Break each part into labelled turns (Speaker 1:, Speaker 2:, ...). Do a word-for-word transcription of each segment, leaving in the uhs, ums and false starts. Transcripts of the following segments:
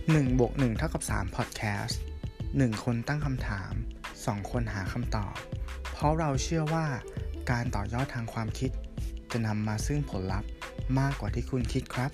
Speaker 1: หนึ่งบวกหนึ่งเท่ากับสามพอดแคสต์หนึ่งคนตั้งคำถามสองคนหาคำตอบเพราะเราเชื่อว่าการต่อยอดทางความคิดจะนำมาซึ่งผลลัพธ์มากกว่าที่คุณคิดครับ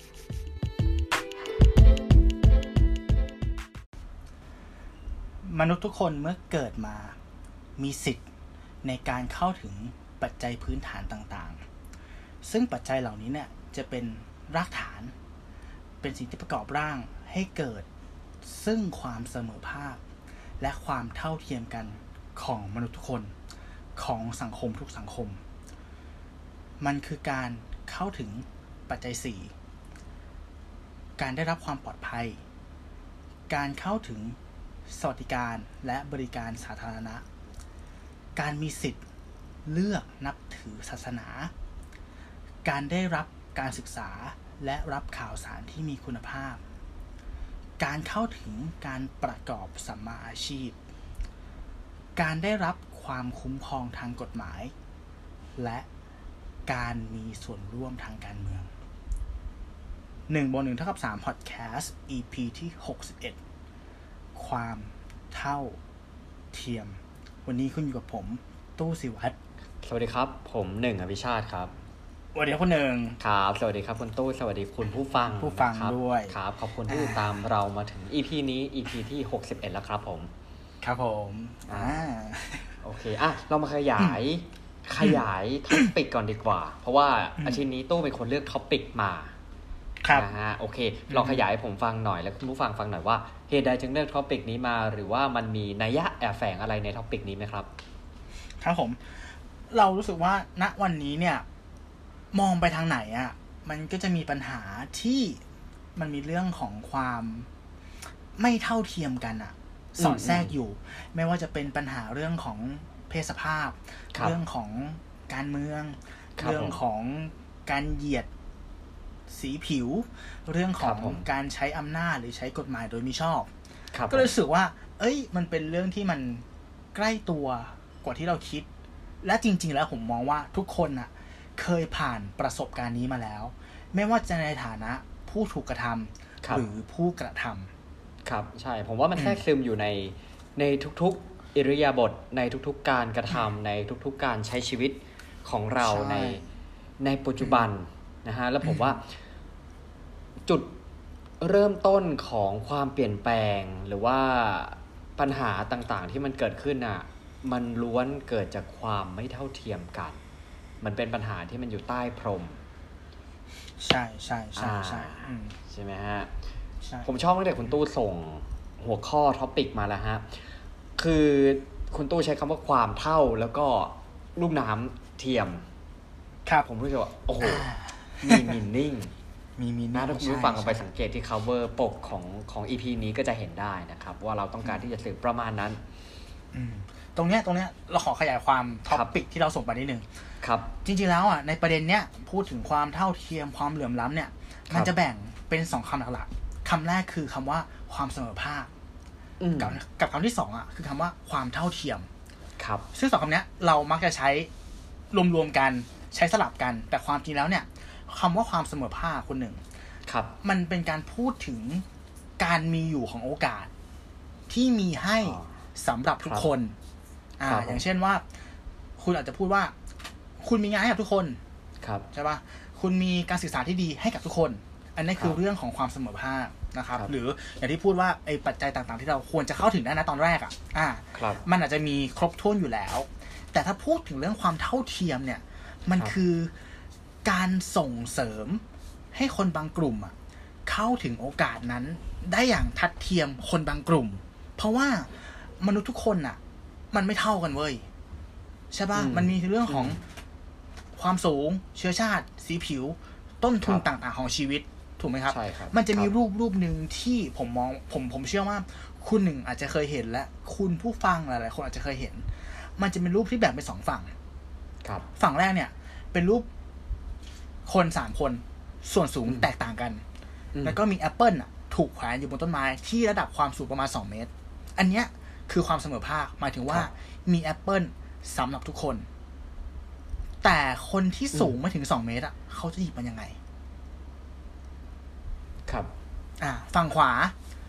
Speaker 1: มนุษย์ทุกคนเมื่อเกิดมามีสิทธิ์ในการเข้าถึงปัจจัยพื้นฐานต่างๆซึ่งปัจจัยเหล่านี้เนี่ยจะเป็นรากฐานเป็นสิ่งที่ประกอบร่างให้เกิดซึ่งความเสมอภาคและความเท่าเทียมกันของมนุษย์ทุกคนของสังคมทุกสังคมมันคือการเข้าถึงปัจจัยสี่การได้รับความปลอดภัยการเข้าถึงสวัสดิการและบริการสาธารณะการมีสิทธิ์เลือกนับถือศาสนาการได้รับการศึกษาและรับข่าวสารที่มีคุณภาพการเข้าถึงการประกอบสัมมาอาชีพการได้รับความคุ้มครองทางกฎหมายและการมีส่วนร่วมทางการเมืองหนึ่งบวกหนึ่งเท่ากับสาม Podcast อี พี ที่หกสิบเอ็ดความเท่าเทียมวันนี้คุณอยู่กับผมตู้ศิวัตร
Speaker 2: สวัสดีครับผมหนึ่งอภิชาติครับ
Speaker 1: สวัสดีคุณหนึ่ง
Speaker 2: ครับสวัสดีครับคุณตู้สวัสดีคุณผู้ฟัง
Speaker 1: ผู้ฟังด้วย
Speaker 2: ครับขอบคุณที่ติดตามเรามาถึง อี พี นี้ อี พี ที่หกสิบเอ็ดแล้วครับผม
Speaker 1: ครับผมอ่า
Speaker 2: โอเคอ่ะเรามาขยายขยายท็อปิกก่อนดีกว่าเพราะว่าอาทิตย์นี้ตู้เป็นคนเลือกท็อปิกมา
Speaker 1: ครับ
Speaker 2: นะฮะโอเคลองขยายให้ผมฟังหน่อยแล้วคุณผู้ฟังฟังหน่อยว่าเหตุใดจึงเลือกท็อปิกนี้มาหรือว่ามันมีนัยยะแอบแฝงอะไรในท็อปิกนี้ไหมครับ
Speaker 1: ครับผมเรารู้สึกว่าณวันนี้เนี่ยมองไปทางไหนอ่ะมันก็จะมีปัญหาที่มันมีเรื่องของความไม่เท่าเทียมกันอ่ะสอดแทรกอยู่ไม่ว่าจะเป็นปัญหาเรื่องของเพศสภาพเรื่องของการเมืองเรื่องของการเหยียดสีผิวเรื่องของการใช้อำนาจหรือใช้กฎหมายโดยมิชอบก็เลยรู้สึกว่าเอ้ยมันเป็นเรื่องที่มันใกล้ตัวกว่าที่เราคิดและจริงๆแล้วผมมองว่าทุกคนน่ะเคยผ่านประสบการณ์นี้มาแล้วไม่ว่าจะในฐานะผู้ถูกกระทำหรือผู้กระทำ
Speaker 2: ครับใช่ผมว่ามันแทรกซึมอยู่ในในทุกๆอิริยาบถในทุกๆการกระทำในทุกๆการใช้ชีวิตของเราในในปัจจุบันนะฮะแล้วผมว่าจุดเริ่มต้นของความเปลี่ยนแปลงหรือว่าปัญหาต่างๆที่มันเกิดขึ้นน่ะมันล้วนเกิดจากความไม่เท่าเทียมกันมันเป็นปัญหาที่มันอยู่ใต้พรม
Speaker 1: ใช่ใช่ใช่ใช่
Speaker 2: ใช่ไหมฮะผมชอบตั้งแต่คุณตู้ส่งหัวข้อท็อปิกมาแล้วฮะคือคุณตู้ใช้คำว่าความเท่าแล้วก็ลูกน้ำเทียม
Speaker 1: ครับ
Speaker 2: ผมรู้สึกว่าโอ้โหมีมีนิ่ง
Speaker 1: มีมี
Speaker 2: นะถ้าคุณผู้ฟังเอาไปสังเกตที่ cover ปกของของ อี พี นี้ก็จะเห็นได้นะครับว่าเราต้องการที่จะสื่อประมาณนั้น
Speaker 1: ตรงเนี้ยตรงเนี้ยเราขอขยายความท็อปิกที่เราส่งไปนิดนึง
Speaker 2: ครับ
Speaker 1: จริงๆแล้วอ่ะในประเด็นเนี้ยพูดถึงความเท่าเทียมความเหลื่อมล้ำเนี่ยมันจะแบ่งเป็นสองคำหลักๆคำแรกคือคำว่าความเสมอภาคกับกับคำที่สองอ่ะคือคำว่าความเท่าเทียม
Speaker 2: ครับ
Speaker 1: ซึ่งสองคำเนี้ยเรามักจะใช้รวมๆกันใช้สลับกันแต่ความจริงแล้วเนี่ยคำว่าความเสมอภาคคนหนึ่ง
Speaker 2: ครับ
Speaker 1: มันเป็นการพูดถึงการมีอยู่ของโอกาสที่มีให้สำหรับทุกคนอ่าอย่างเช่นว่าคุณอาจจะพูดว่าคุณมีงานให้กับทุกคน
Speaker 2: ครับ
Speaker 1: ใช่ป่ะคุณมีการศึกษาที่ดีให้กับทุกคนอันนี้คือเรื่องของความเสมอภาคนะครับหรืออย่างที่พูดว่าไอ้ปัจจัยต่างๆที่เราควรจะเข้าถึงได้นะตอนแรกอ่ะอ่ามันอาจจะมีครบถ้วนอยู่แล้วแต่ถ้าพูดถึงเรื่องความเท่าเทียมเนี่ยมันคือการส่งเสริมให้คนบางกลุ่มอ่ะเข้าถึงโอกาสนั้นได้อย่างทัดเทียมคนบางกลุ่มเพราะว่ามนุษย์ทุกคนอ่ะมันไม่เท่ากันเว้ยใช่ป่ะมันมีเรื่องของความสูงเชื้อชาติสีผิวต้นทุนต่างๆของชีวิตถูกไหมครับมันจะมีรูปรูปหนึ่งที่ผมมองผมผมเชื่อว่าคุณหนึ่งอาจจะเคยเห็นและคุณผู้ฟังหลายๆคนอาจจะเคยเห็นมันจะเป็นรูปที่แบ่งเป็นสองฝั่งฝั่งแรกเนี่ยเป็นรูปคนสามคนส่วนสูงแตกต่างกันแล้วก็มีแอปเปิลอ่ะถูกแขวนอยู่บนต้นไม้ที่ระดับความสูงประมาณสองเมตรอันเนี้ยคือความเสมอภาคหมายถึงว่ามีแอปเปิลสำหรับทุกคนแต่คนที่สูงไม่ถึงสองเมตรอ่ะเขาจะหยิบมันยังไง
Speaker 2: ครับ
Speaker 1: อ่าฝั่งขวา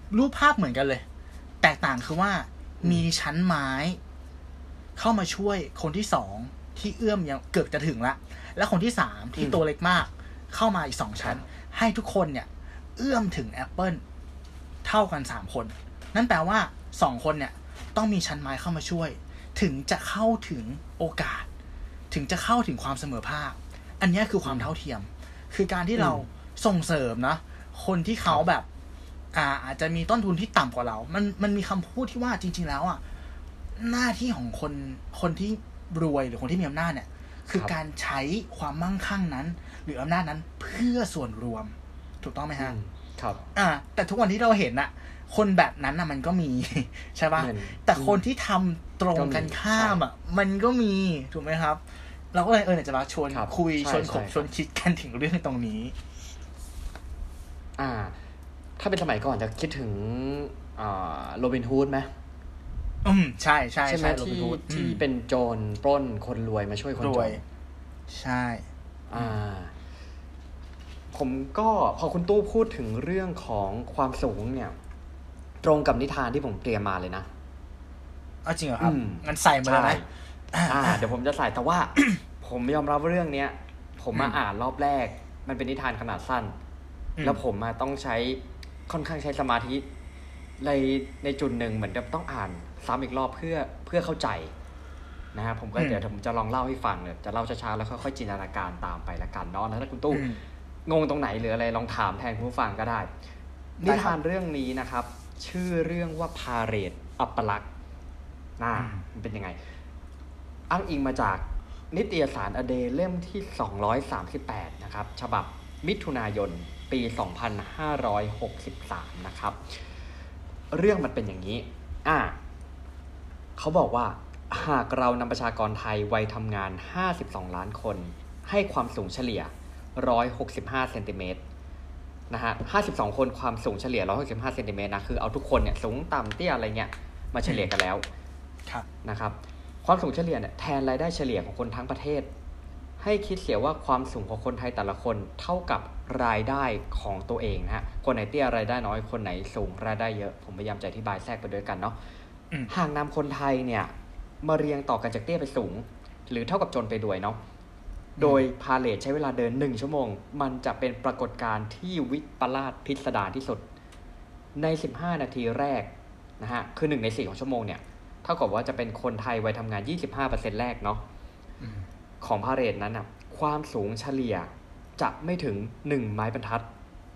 Speaker 1: รูปภาพเหมือนกันเลยแตกต่างคือว่ามีชั้นไม้เข้ามาช่วยคนที่สองที่เอื้อมยังเกือบจะถึงละและคนที่สามที่ตัวเล็กมากเข้ามาอีกสองชั้นให้ทุกคนเนี่ยเอื้อมถึงแอปเปิลเท่ากันสามคนนั่นแปลว่าสองคนเนี่ยต้องมีชั้นไม้เข้ามาช่วยถึงจะเข้าถึงโอกาสถึงจะเข้าถึงความเสมอภาคอันนี้คือความเท่าเทียมคือการที่เราส่งเสริมนะคนที่เขาแบบอ่าอาจจะมีต้นทุนที่ต่ำกว่าเรามันมันมีคำพูดที่ว่าจริงๆแล้วอ่ะหน้าที่ของคนคนที่รวยหรือคนที่มีอำนาจเนี่ยคือการใช้ความมั่งคั่งนั้นหรืออำนาจนั้นเพื่อส่วนรวมถูกต้องไหมฮะ
Speaker 2: ครับ
Speaker 1: อ่าแต่ทุกวันที่เราเห็นน่ะคนแบบนั้นน่ะมันก็มีใช่ป่ะแต่คนที่ทำตรงกันข้ามอ่ะมันก็มีถูกไหมครับเราก็เลยเออจะมาชวนคุยชวนขบชวนคิดกันถึงเรื่องตรงนี้
Speaker 2: อ่าถ้าเป็นสมัยก่อนจะคิดถึงอ่าโรบินฮูดไหม
Speaker 1: อืมใช่ใช่
Speaker 2: ใช่ไหมที่ที่เป็นโจรปล้นคนรวยมาช่วยคนจน
Speaker 1: ใช่
Speaker 2: อ่าผมก็พอคุณตู้พูดถึงเรื่องของความสูงเนี่ยตรงกับนิทานที่ผมเตรียมมาเลยนะ
Speaker 1: อ้าวจริงเหรอครับงั้นใส่มาเลยไหม
Speaker 2: อ่าเดี๋ยวผมจะใส่แต่ว่า ผมยอมรับว่าเรื่องเนี้ยผมมาอ่านรอบแรกมันเป็นนิทานขนาดสั้นแล้วผมมาต้องใช้ค่อนข้างใช้สมาธิในในจุดหนึ่งเหมือนกับต้องอ่านซ้ำอีกรอบเพื่อเพื่อเข้าใจนะฮะผมก็เดี๋ยวผมจะลองเล่าให้ฟังเลยจะเล่าช้าๆแล้วค่อยๆจินตนาการตามไปละกันเนาะแล้วถ้าคุณตู้งงตรงไหนหรืออะไรลองถามแทนคุณผู้ฟังก็ได้นิทานเรื่องนี้นะครับชื่อเรื่องว่าพาเหรดอัปลักษณ์น่ามันเป็นยังไงอ้างอิงมาจากนิตยสารอเดย์เล่มที่สองร้อยสามสิบแปดนะครับฉบับมิถุนายนปีสองพันห้าร้อยหกสิบสามนะครับเรื่องมันเป็นอย่างนี้อ่าเขาบอกว่าหากเรานำประชากรไทยวัยทำงานห้าสิบสองล้านคนให้ความสูงเฉลี่ยหนึ่งร้อยหกสิบห้าเซนติเมตรนะฮะห้าสิบสองคนความสูงเฉลี่ยหนึ่งร้อยหกสิบห้าเซนติเมตรนะคือเอาทุกคนเนี่ยสูงต่ำเตี้ยอะไรเงี้ยมาเฉลี่ยกันแล้วนะครับความสูงเฉลี่ยเนี่ยแทนรายได้เฉลี่ยของคนทั้งประเทศให้คิดเสียว่าความสูงของคนไทยแต่ละคนเท่ากับรายได้ของตัวเองนะฮะคนไหนเตี้ยรายได้น้อยคนไหนสูงรายได้เยอะผมพยายามจะอธิบายแทรกไปด้วยกันเนาะหากนำคนไทยเนี่ยมาเรียงต่อกันจากเตี้ยไปสูงหรือเท่ากับจนไปรวยเนาะโดยพาเหรดใช้เวลาเดินหนึ่งชั่วโมงมันจะเป็นปรากฏการณ์ที่วิปลาสพิสดารที่สุดในสิบห้านาทีแรกนะฮะคือหนึ่งในสี่ของชั่วโมงเนี่ยเท่ากับว่าจะเป็นคนไทยวัยทำงาน ยี่สิบห้าเปอร์เซ็นต์ แรกเนาะของพาเหรดนั้นนะความสูงเฉลี่ยจะไม่ถึงหนึ่งไม้บรรทัด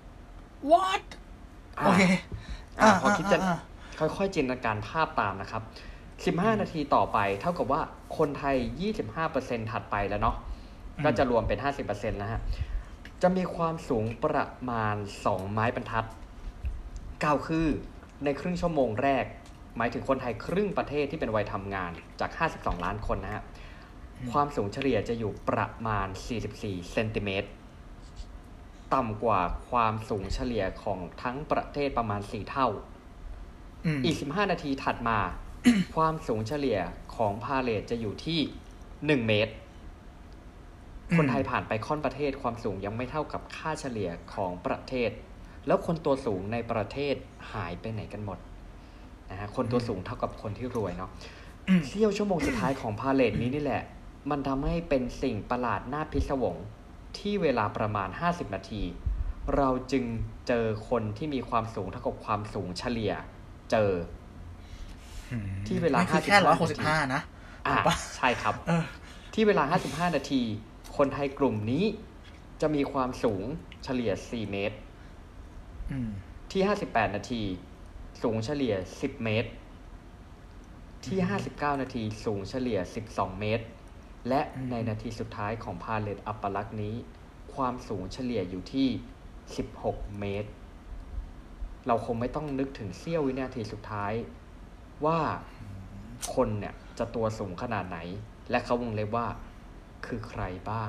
Speaker 1: what โอเค
Speaker 2: อ่าพอคิดจะค่อยๆจินตนาการภาพตามนะครับสิบห้านาทีต่อไปเท่ากับว่าคนไทย ยี่สิบห้าเปอร์เซ็นต์ ถัดไปแล้วเนาะก็จะรวมเป็น ห้าสิบเปอร์เซ็นต์ แล้วฮะจะมีความสูงประมาณสองไม้บรรทัดกล่าวคือในครึ่งชั่วโมงแรกหมายถึงคนไทยครึ่งประเทศที่เป็นวัยทำงานจากห้าสิบสองล้านคนนะฮะความสูงเฉลี่ยจะอยู่ประมาณสี่สิบสี่เซนติเมตรต่ำกว่าความสูงเฉลี่ยของทั้งประเทศประมาณสี่เท่าอีกสิบห้านาทีถัดมา ความสูงเฉลี่ยของพาเหรดจะอยู่ที่หนึ่งเมตรคนไทยผ่านไปค่อนประเทศความสูงยังไม่เท่ากับค่าเฉลี่ยของประเทศแล้วคนตัวสูงในประเทศหายไปไหนกันหมดนะฮะคนตัวสูงเท่ากับคนที่รวยเนาะเสี้ยวชั่วโมงสุดท้ายของพาเหรดนี้นี่แหละมันทำให้เป็นสิ่งประหลาดน่าพิศวงที่เวลาประมาณห้าสิบนาทีเราจึงเจอคนที่มีความสูงเท่ากับความสูงเฉลี่ยเจอที่เวลาห้าสิบ
Speaker 1: แค่หนึ่งร้อยหกสิบห้านะ
Speaker 2: อ่าใช่ครับที่เวลาห้าสิบห้านาทีคนไทยกลุ่มนี้จะมีความสูงเฉลี่ยสี่เมตรที่ห้าสิบแปดนาทีสูงเฉลี่ยสิบเมตรที่ห้าสิบเก้านาทีสูงเฉลี่ยสิบสองเมตรและในนาทีสุดท้ายของพาเหรดอัปลักษณ์นี้ความสูงเฉลี่ยอยู่ที่สิบหกเมตรเราคงไม่ต้องนึกถึงเสี้ยววินาทีสุดท้ายว่าคนเนี่ยจะตัวสูงขนาดไหนและเขาวงเล็บว่าคือใครบ้าง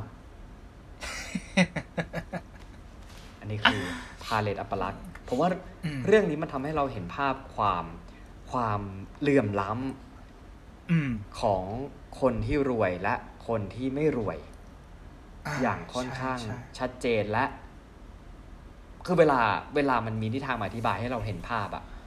Speaker 2: อันนี้คือพาเหรดอัปลักษณ์ผมว่าเรื่องนี้มันทำให้เราเห็นภาพความความเหลื่อมล้ำของคนที่รวยและคนที่ไม่รวยอย่างค่อนข้างชัดเจนและคือเวลาเวลามันมีนิทานมาอธิบายให้เราเห็นภาพอะ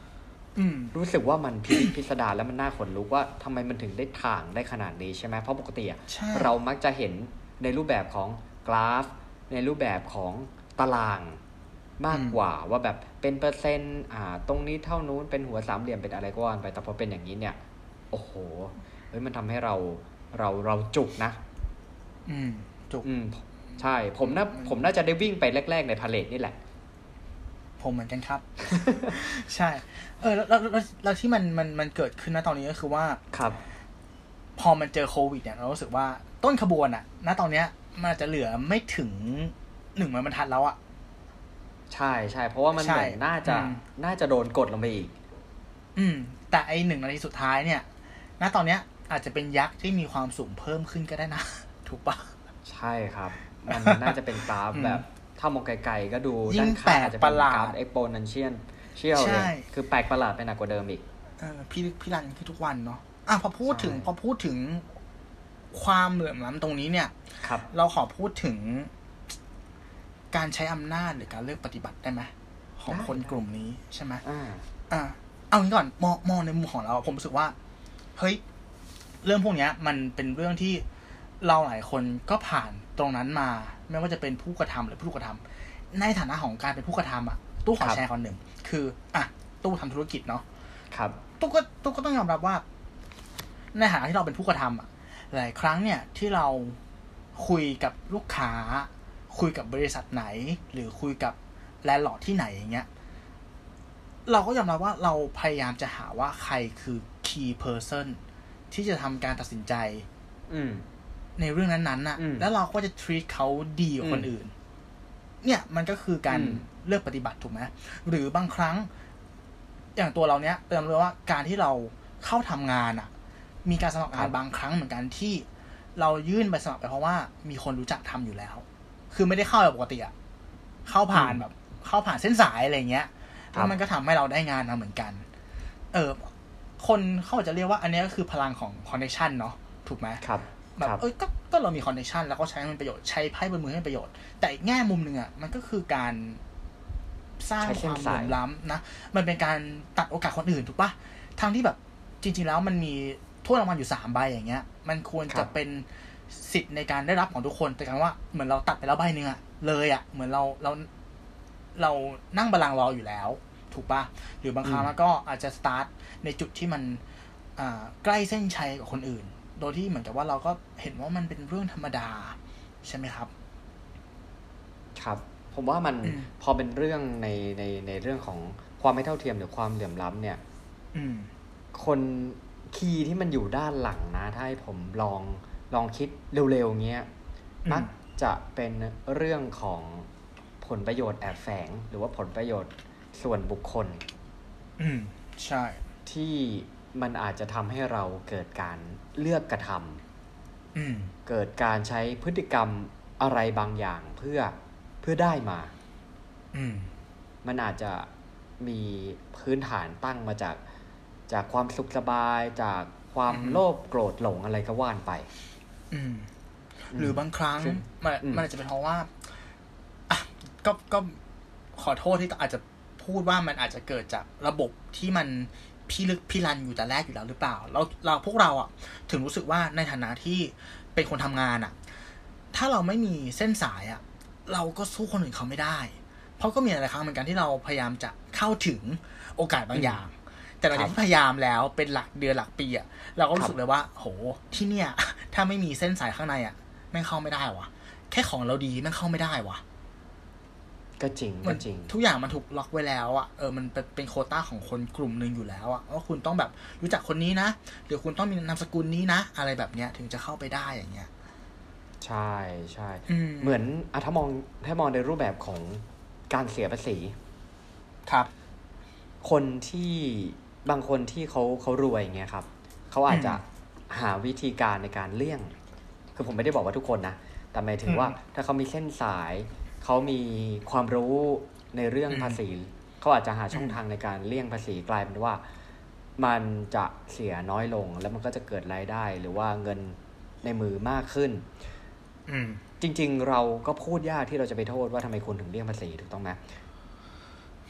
Speaker 2: รู้สึกว่ามันพิจิตรพิสดารแล้วมันน่าขนลุกว่าทำไมมันถึงได้ถ่างได้ขนาดนี้ใช่ไหมเพราะปกติเรามักจะเห็นในรูปแบบของกราฟในรูปแบบของตารางมากกว่าว่าแบบเป็นเปอร์เซ็นต์อ่าตรงนี้เท่านู้นเป็นหัวสามเหลี่ยมเป็นอะไรก็ว่าไปแต่พอเป็นอย่างนี้เนี่ยโอ้โหเฮ้ยมันทำให้เราเราเราจุกนะ
Speaker 1: อืมจุก
Speaker 2: อืมใช่ผมน่าผมน่าจะได้วิ่งไปแรกๆในพาเลทนี่แหละ
Speaker 1: ผมเหมือนกันครับ ใช่เออแล้วแล้วแล้วที่มันมันมันเกิดขึ้นณตอนนี้ก็คือว่า
Speaker 2: ครับ
Speaker 1: พอมันเจอโควิดเนี่ยเรารู้สึกว่าต้นขบวนอ่ะณตอนเนี้ยมันจะเหลือไม่ถึงหนึ่งบรรทัดแล้วอ่ะ
Speaker 2: ใช่ใช่เพราะว่ามันเหมือนน่าจะน่าจะโดนกดลงไปอีก
Speaker 1: อืมแต่ไอหนึ่งนาทีสุดท้ายเนี่ยณตอนเนี้ยอาจจะเป็นยักษ์ที่มีความสูงเพิ่มขึ้นก็ได้นะถูกปะ
Speaker 2: ใช่ครับมันน่าจะเป็นกราฟแบบถ้ามองไกลๆก็ดูด้านข้างอาจจะเป็นกราฟ exponential เชี่ยวเลยคือแปลกประหลาดไปหนักกว่าเดิมอีก
Speaker 1: เออพี่พี่รันคือทุกวันเนาะอ่ะพอพูดถึงพอพูดถึงความเหลื่อมล้ำตรงนี้เนี่ยเราขอพูดถึงการใช้อำนาจหรือการเลือกปฏิบัติได้ไหมของคนกลุ่มนี้ใช่ไหมอ่าอ่าเอางี้ก่อนมองมองในมุมของเราผมรู้สึกว่าเฮ้ยเรื่องพวกนี้มันเป็นเรื่องที่เราหลายคนก็ผ่านตรงนั้นมาไม่ว่าจะเป็นผู้กระทำหรือผู้ถูกกระทำในฐานะของการเป็นผู้กระทำอ่ะตู้ขอแชร์คนหนึ่งคืออ่ะตู้ทำธุรกิจเนาะ
Speaker 2: ครับ
Speaker 1: ตู้ก็ตู้ก็ต้องยอมรับว่าในฐานะที่เราเป็นผู้กระทำอ่ะหลายครั้งเนี่ยที่เราคุยกับลูกค้าคุยกับบริษัทไหนหรือคุยกับแลนด์ลอร์ดที่ไหนอย่างเงี้ยเราก็ยอมรับว่าเราพยายามจะหาว่าใครคือ key person ที่จะทำการตัดสินใจในเรื่องนั้นๆน่ะแล้วเราก็จะ treat เขาดีกว่าคนอื่นเนี่ยมันก็คือการเลือกปฏิบัติถูกไหมหรือบางครั้งอย่างตัวเราเนี้ยเติมเลยว่าการที่เราเข้าทำงานอ่ะมีการสมัครงานบางครั้งเหมือนกันที่เรายื่นใบสมัครไปเพราะว่ามีคนรู้จักทำอยู่แล้วคือไม่ได้เข้าแบบปกติอ่ะเข้าผ่านแบบเข้าผ่านเส้นสายอะไรเงี้ยแล้วมันก็ทำให้เราได้งานมาเหมือนกันเออคนเขาจะเรียกว่าอันนี้ก็คือพลังของคอนเนคชั่นเนาะถูกไหม
Speaker 2: ครับ
Speaker 1: แบบเออก็ก็เรามีคอนเนคชั่นแล้วก็ใช้มันประโยชน์ใช้ไพ่บนมือให้ประโยชน์แต่อีกแง่มุมนึงอ่ะมันก็คือการสร้างความเหลื่อมล้ำนะมันเป็นการตัดโอกาสคนอื่นถูกปะทั้งที่แบบจริงๆแล้วมันมีถ้วยรางวัลอยู่สามใบอย่างเงี้ยมันควรจะเป็นสิทธิ์ในการได้รับของทุกคนแต่การว่าเหมือนเราตัดไปแล้วใบนึงอ่ะเลยอ่ะเหมือนเราเราเรานั่งบัลลังก์รออยู่แล้วถูกปะหรือบางครั้งแล้วก็อาจจะสตาร์ทในจุดที่มันอ่าใกล้เส้นชัยกับคนอื่นโดยที่เหมือนกับว่าเราก็เห็นว่ามันเป็นเรื่องธรรมดาใช่ไหมครับ
Speaker 2: ครับผมว่ามันพอเป็นเรื่องในในในเรื่องของความไม่เท่าเทียมหรือความเหลื่อมล้ำเนี่ยคนคีย์ที่มันอยู่ด้านหลังนะถ้าให้ผมลองลองคิดเร็วๆเงี้ยมักจะเป็นเรื่องของผลประโยชน์แอบแฝงหรือว่าผลประโยชน์ส่วนบุคคล
Speaker 1: อืมใช่
Speaker 2: ที่มันอาจจะทำให้เราเกิดการเลือกกระทำเกิดการใช้พฤติกรรมอะไรบางอย่างเพื่อเพื่อได้มามันอาจจะมีพื้นฐานตั้งมาจากจากความสุขสบายจากความโลภโกรธหลงอะไรก็ว่านไป
Speaker 1: หรือบางครั้งมันมันอาจจะเป็นเพราะว่าอ่ะก็ก็ขอโทษที่อาจจะพูดว่ามันอาจจะเกิดจากระบบที่มันพี่ลึกพี่รันอยู่แต่แรกอยู่แล้วหรือเปล่าเราเราพวกเราอ่ะถึงรู้สึกว่าในฐานะที่เป็นคนทำงานอ่ะถ้าเราไม่มีเส้นสายอ่ะเราก็สู้คนอื่นเขาไม่ได้เพราะก็มีหลายครั้งเหมือนกันที่เราพยายามจะเข้าถึงโอกาสบางอย่างแต่เราที่พยายามแล้วเป็นหลักเดือนหลักปีอ่ะเราก็รู้สึกเลยว่าโหที่เนี่ยถ้าไม่มีเส้นสายข้างในอ่ะแม่งเข้าไม่ได้วะแค่ของเราดีแม่งเข้าไม่ได้วะ
Speaker 2: ก็จริงก็จริง
Speaker 1: ทุกอย่างมันถูกล็อกไว้แล้วอ่ะเออมันเป็นเป็นโควต้าของคนกลุ่มนึงอยู่แล้วอ่ะว่าคุณต้องแบบรู้จักคนนี้นะหรือคุณต้องมีนามสกุลนี้นะอะไรแบบเนี้ยถึงจะเข้าไปได้อย่างเงี้ย
Speaker 2: ใช่ใช่เหมือนอ่ะถ้ามองถ้ามองในรูปแบบของการเสียภาษี
Speaker 1: ครับ
Speaker 2: คนที่บางคนที่เขาเขารวยอย่างเงี้ยครับเขาอาจจะหาวิธีการในการเลี่ยงคือผมไม่ได้บอกว่าทุกคนนะแต่หมายถึงว่าถ้าเขามีเส้นสายเขามีความรู้ในเรื่องภาษีเขาอาจจะหาช่องทางในการเลี่ยงภาษีกลายเป็นว่ามันจะเสียน้อยลงแล้วมันก็จะเกิดรายได้หรือว่าเงินในมือมากขึ้นจริงๆเราก็พูดยากที่เราจะไปโทษว่าทำไมคนถึงเลี่ยงภาษีถูกต้องไหม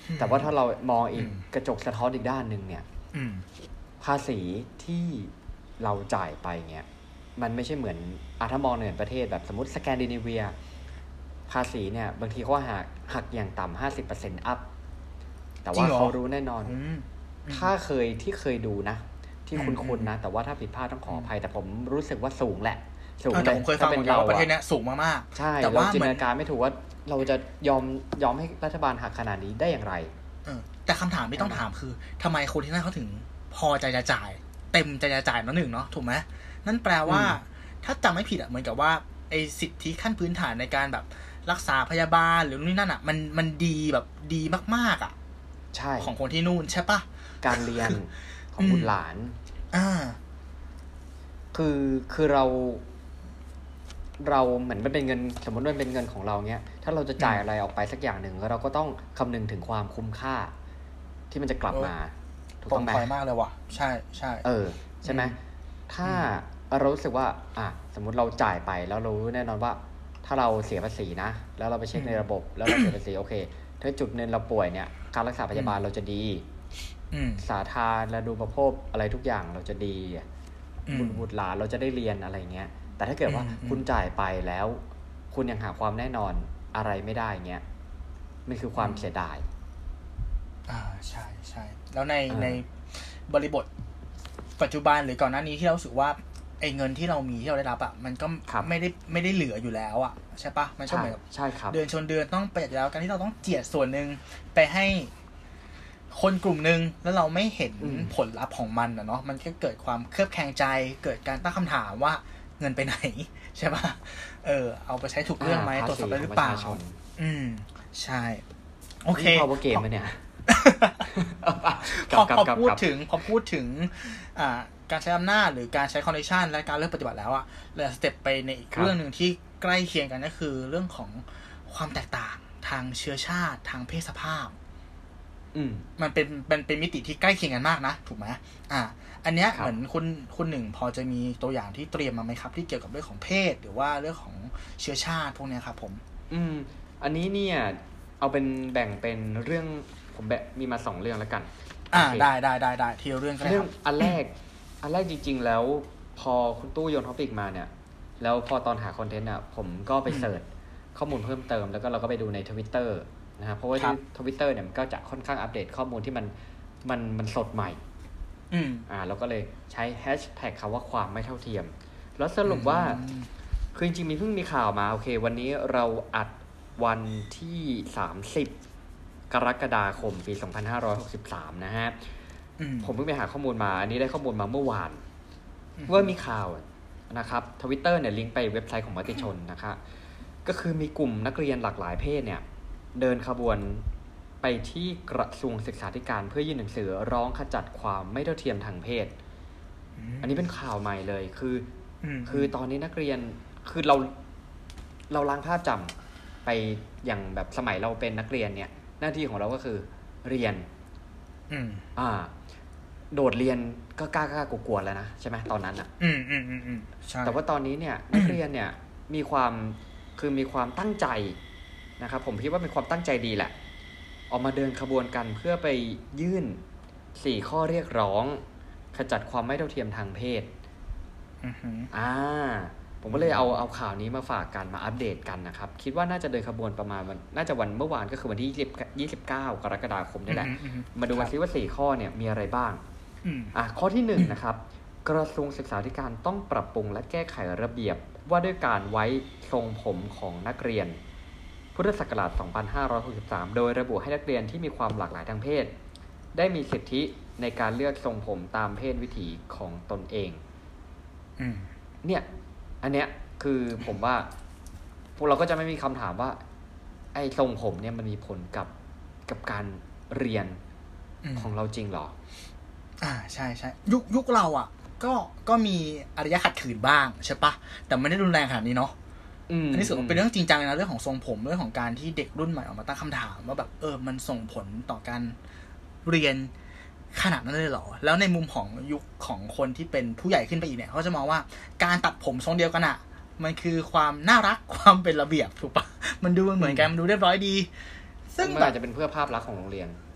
Speaker 2: แต่ว่าถ้าเรามองอีกกระจกสะท้อนอีกด้านหนึ่งเนี่ยภาษีที่เราจ่ายไปเนี่ยมันไม่ใช่เหมือนอาถ้ามองในประเทศแบบสมมติสแกนดิเนเวียภาษีเนี่ยบางทีเขาหักหักอย่างต่ำห้าสิบเปอร์เซ็นต์อัพแต่ว่าเขารู้แน่นอนถ้าเคยที่เคยดูนะที่คุ้นๆนะแต่ว่าถ้าผิดพลาดต้องขออภัยแต่ผมรู้สึกว่าสูงแหละสูงเลย
Speaker 1: ผมเคยฟังเป็นเราประเทศนี้สูงมาก
Speaker 2: ๆใช่แต่ว่าจินตนาการไม่ถูกว่าเราจะยอมยอมให้รัฐบาลหักขนาดนี้ได้อย่างไร
Speaker 1: แต่คำถามที่ต้องถามคือทำไมคนที่นั่นเขาถึงพอใจจะจ่ายเต็มใจจะจ่ายนั่นหนึ่งเนาะถูกไหมนั่นแปลว่าถ้าจำไม่ผิดอ่ะเหมือนกับว่าไอ้สิทธิขั้นพื้นฐานในการแบบรักษาพยาบาลหรือนู่นนั่นอ่ะมันมันดีแบบดีมากๆอ่ะ
Speaker 2: ใช่
Speaker 1: ของคนที่นู่นใช่ปะ
Speaker 2: การเรียนของบุตรหลาน
Speaker 1: อ่า
Speaker 2: คือคือเราเราเหมือนมันเป็นเงินสมมติว่าเป็นเงินของเราเนี้ยถ้าเราจะจ่ายอะไรออกไปสักอย่างหนึ่งเราก็ต้องคำนึงถึงความคุ้มค่าที่มันจะกลับมา
Speaker 1: ถูกต้องไหมมากเลยว่ะใช่ใช่
Speaker 2: เออใช่ไหมถ้าเรารู้สึกว่าอ่ะสมมุติเราจ่ายไปแล้วเรารู้แน่นอนว่าถ้าเราเสียภาษีนะแล้วเราไปเช็คในระบบแล้วเราเสียภาษีโอเคถ้าจุดนึงเราป่วยเนี่ยการรักษาพยาบาลเราจะดีสาธารณูปโภคอะไรทุกอย่างเราจะดีบุตรหลานเราจะได้เรียนอะไรเงี้ยแต่ถ้าเกิดว่าคุณจ่ายไปแล้วคุณยังหาความแน่นอนอะไรไม่ได้เงี้ยมันคือความเสียดาย
Speaker 1: อ่าใช่ใช่แล้วในในบริบทปัจจุบันหรือก่อนหน้านี้ที่เรารู้สึกว่าไอ้เงินที่เรามีที่เราได้รับอ่ะมันก็ไม่ได้ไม่ได้เหลืออยู่แล้วอ่ะใช่ปะมันก็เหมือน
Speaker 2: ใช่ครับ
Speaker 1: เดือนชนเดือนต้องประหยัดแล้วการที่เราต้องเจียดส่วนนึงไปให้คนกลุ่มนึงแล้วเราไม่เห็นผลลัพธ์ของมันนะเนาะมันก็เกิดความเคลือบแคลงใจเกิดการตั้งคำถามว่าเงินไปไหนใช่ปะเออเอาไปใช้ถูกเรื่องไหมตรวจสอบได้หรือเปล่าอืมใช่โอเค
Speaker 2: พอเกมมั้ยเนี่ย
Speaker 1: พอพอพูดถึงพอพูดถึงอ่าการใช้อำนาจหรือการใช้คอนดิชันและการเลือกปฏิบัติแล้วอ่ะเลยสเต็ปไปในอีกเรื่องนึงที่ใกล้เคียงกันก็คือเรื่องของความแตกต่างทางเชื้อชาติทางเพศสภาพมันเป็นมันเป็นมิติที่ใกล้เคียงกันมากนะถูกไหมอ่าอันเนี้ยเหมือนคุณคุณหนึ่งพอจะมีตัวอย่างที่เตรียมมาไหมครับที่เกี่ยวกับเรื่องของเพศหรือว่าเรื่องของเชื้อชาติพวกนี้ครับผม
Speaker 2: อืมอันนี้เนี่ยเอาเป็นแบ่งเป็นเรื่องผมแบบมีมาสองเรื่องแล้วกัน
Speaker 1: อ่าได้ได้ได้ได้ทีละเรื่อง
Speaker 2: กันเรื่องอันแรกอันแรกจริงๆแล้วพอคุณตู้โยนท็อปิกมาเนี่ยแล้วพอตอนหาคอนเทนต์อ่ะผมก็ไปเสิร์ชข้อมูลเพิ่มเติมแล้วก็เราก็ไปดูใน Twitter นะครับเพราะว่าที่ Twitter เนี่ยมันก็จะค่อนข้างอัปเดตข้อมูลที่มันมันมันสดใหม่
Speaker 1: อืม
Speaker 2: อ่าเราก็เลยใช้แฮชแท็กคำว่าความไม่เท่าเทียมแล้วสรุปว่าคือจริงๆมีเพิ่งมีข่าวมาโอเควันนี้เราอัดวันที่สามสิบกรกฎาคมปีสองพันห้าร้อยหกสิบสามนะฮะผมเพิ่งไปหาข้อมูลมาอันนี้ได้ข้อมูลมาเมื่อวานว่ามีข่าวนะครับ Twitter เนี่ยลิงก์ไปเว็บไซต์ของมติชนนะครับก็คือมีกลุ่มนักเรียนหลากหลายเพศเนี่ยเดินขบวนไปที่กระทรวงศึกษาธิการเพื่อยื่นหนังสือร้องขจัดความไม่เท่าเทียมทางเพศอันนี้เป็นข่าวใหม่เลยคือคือตอนนี้นักเรียนคือเราเราล้างภาพจำไปอย่างแบบสมัยเราเป็นนักเรียนเนี่ยหน้าที่ของเราก็คือเรียนอ่าโดดเรียนก็กล้ากล้ากลัวๆแล้วนะใช่ไหมตอนนั้นอ่ะ
Speaker 1: อืมอืมอืมอืมใช่
Speaker 2: แต่ว่าตอนนี้เนี่ยนักเรียนเนี่ยมีความคือมีความตั้งใจนะครับผมคิดว่าเป็นความตั้งใจดีแหละออกมาเดินขบวนกันเพื่อไปยื่นสี่ข้อเรียกร้องขจัดความไม่เท่าเทียมทางเพศอ่าผมก็เลยเอาเอาข่าวนี้มาฝากกันมาอัปเดตกันนะครับคิดว่าน่าจะเดินขบวนประมาณวันน่าจะวันเมื่อวานก็คือวันที่ยี่สิบเก้ากรกฎาคมนี่แหละมาดูกันซิว่าสี่ข้อเนี่ยมีอะไรบ้างอ่ะข้อที่หนึ่งนะครับกระทรวงศึกษาธิการต้องปรับปรุงและแก้ไขระเบียบว่าด้วยการไว้ทรงผมของนักเรียนพุทธศักราชสองพันห้าร้อยหกสิบสามโดยระบุให้นักเรียนที่มีความหลากหลายทางเพศได้มีสิทธิในการเลือกทรงผมตามเพศวิถีของตนเองเนี่ยอันเนี้ยคือผมว่าพวกเราก็จะไม่มีคำถามว่าไอ้ทรงผมเนี่ยมันมีผลกับกับการเรียนของเราจริงหรอ
Speaker 1: อ่าใช่ใช่ยุคยุคเราอ่ะก็ก็มีอารยะขัดขืนบ้างใช่ปะแต่ไม่ได้รุนแรงขนาดนี้เนาะอันนี้ส่วนเป็นเรื่องจริงจังนะเรื่องของทรงผมเรื่องของการที่เด็กรุ่นใหม่ออกมาตั้งคำถามว่าแบบเออมันส่งผลต่อการเรียนขนาดนั้นเลยเหรอแล้วในมุมของยุคของคนที่เป็นผู้ใหญ่ขึ้นไปอีกเนี่ยเขาจะมองว่าการตัดผมทรงเดียวกันอ่ะมันคือความน่ารักความเป็นระเบียบถูกปะมันดูเหมือนกันมันดูเรียบร้อยดี
Speaker 2: ซึ่งอาจจะเป็นเพื่อภาพลักษณ์ของโรงเรียน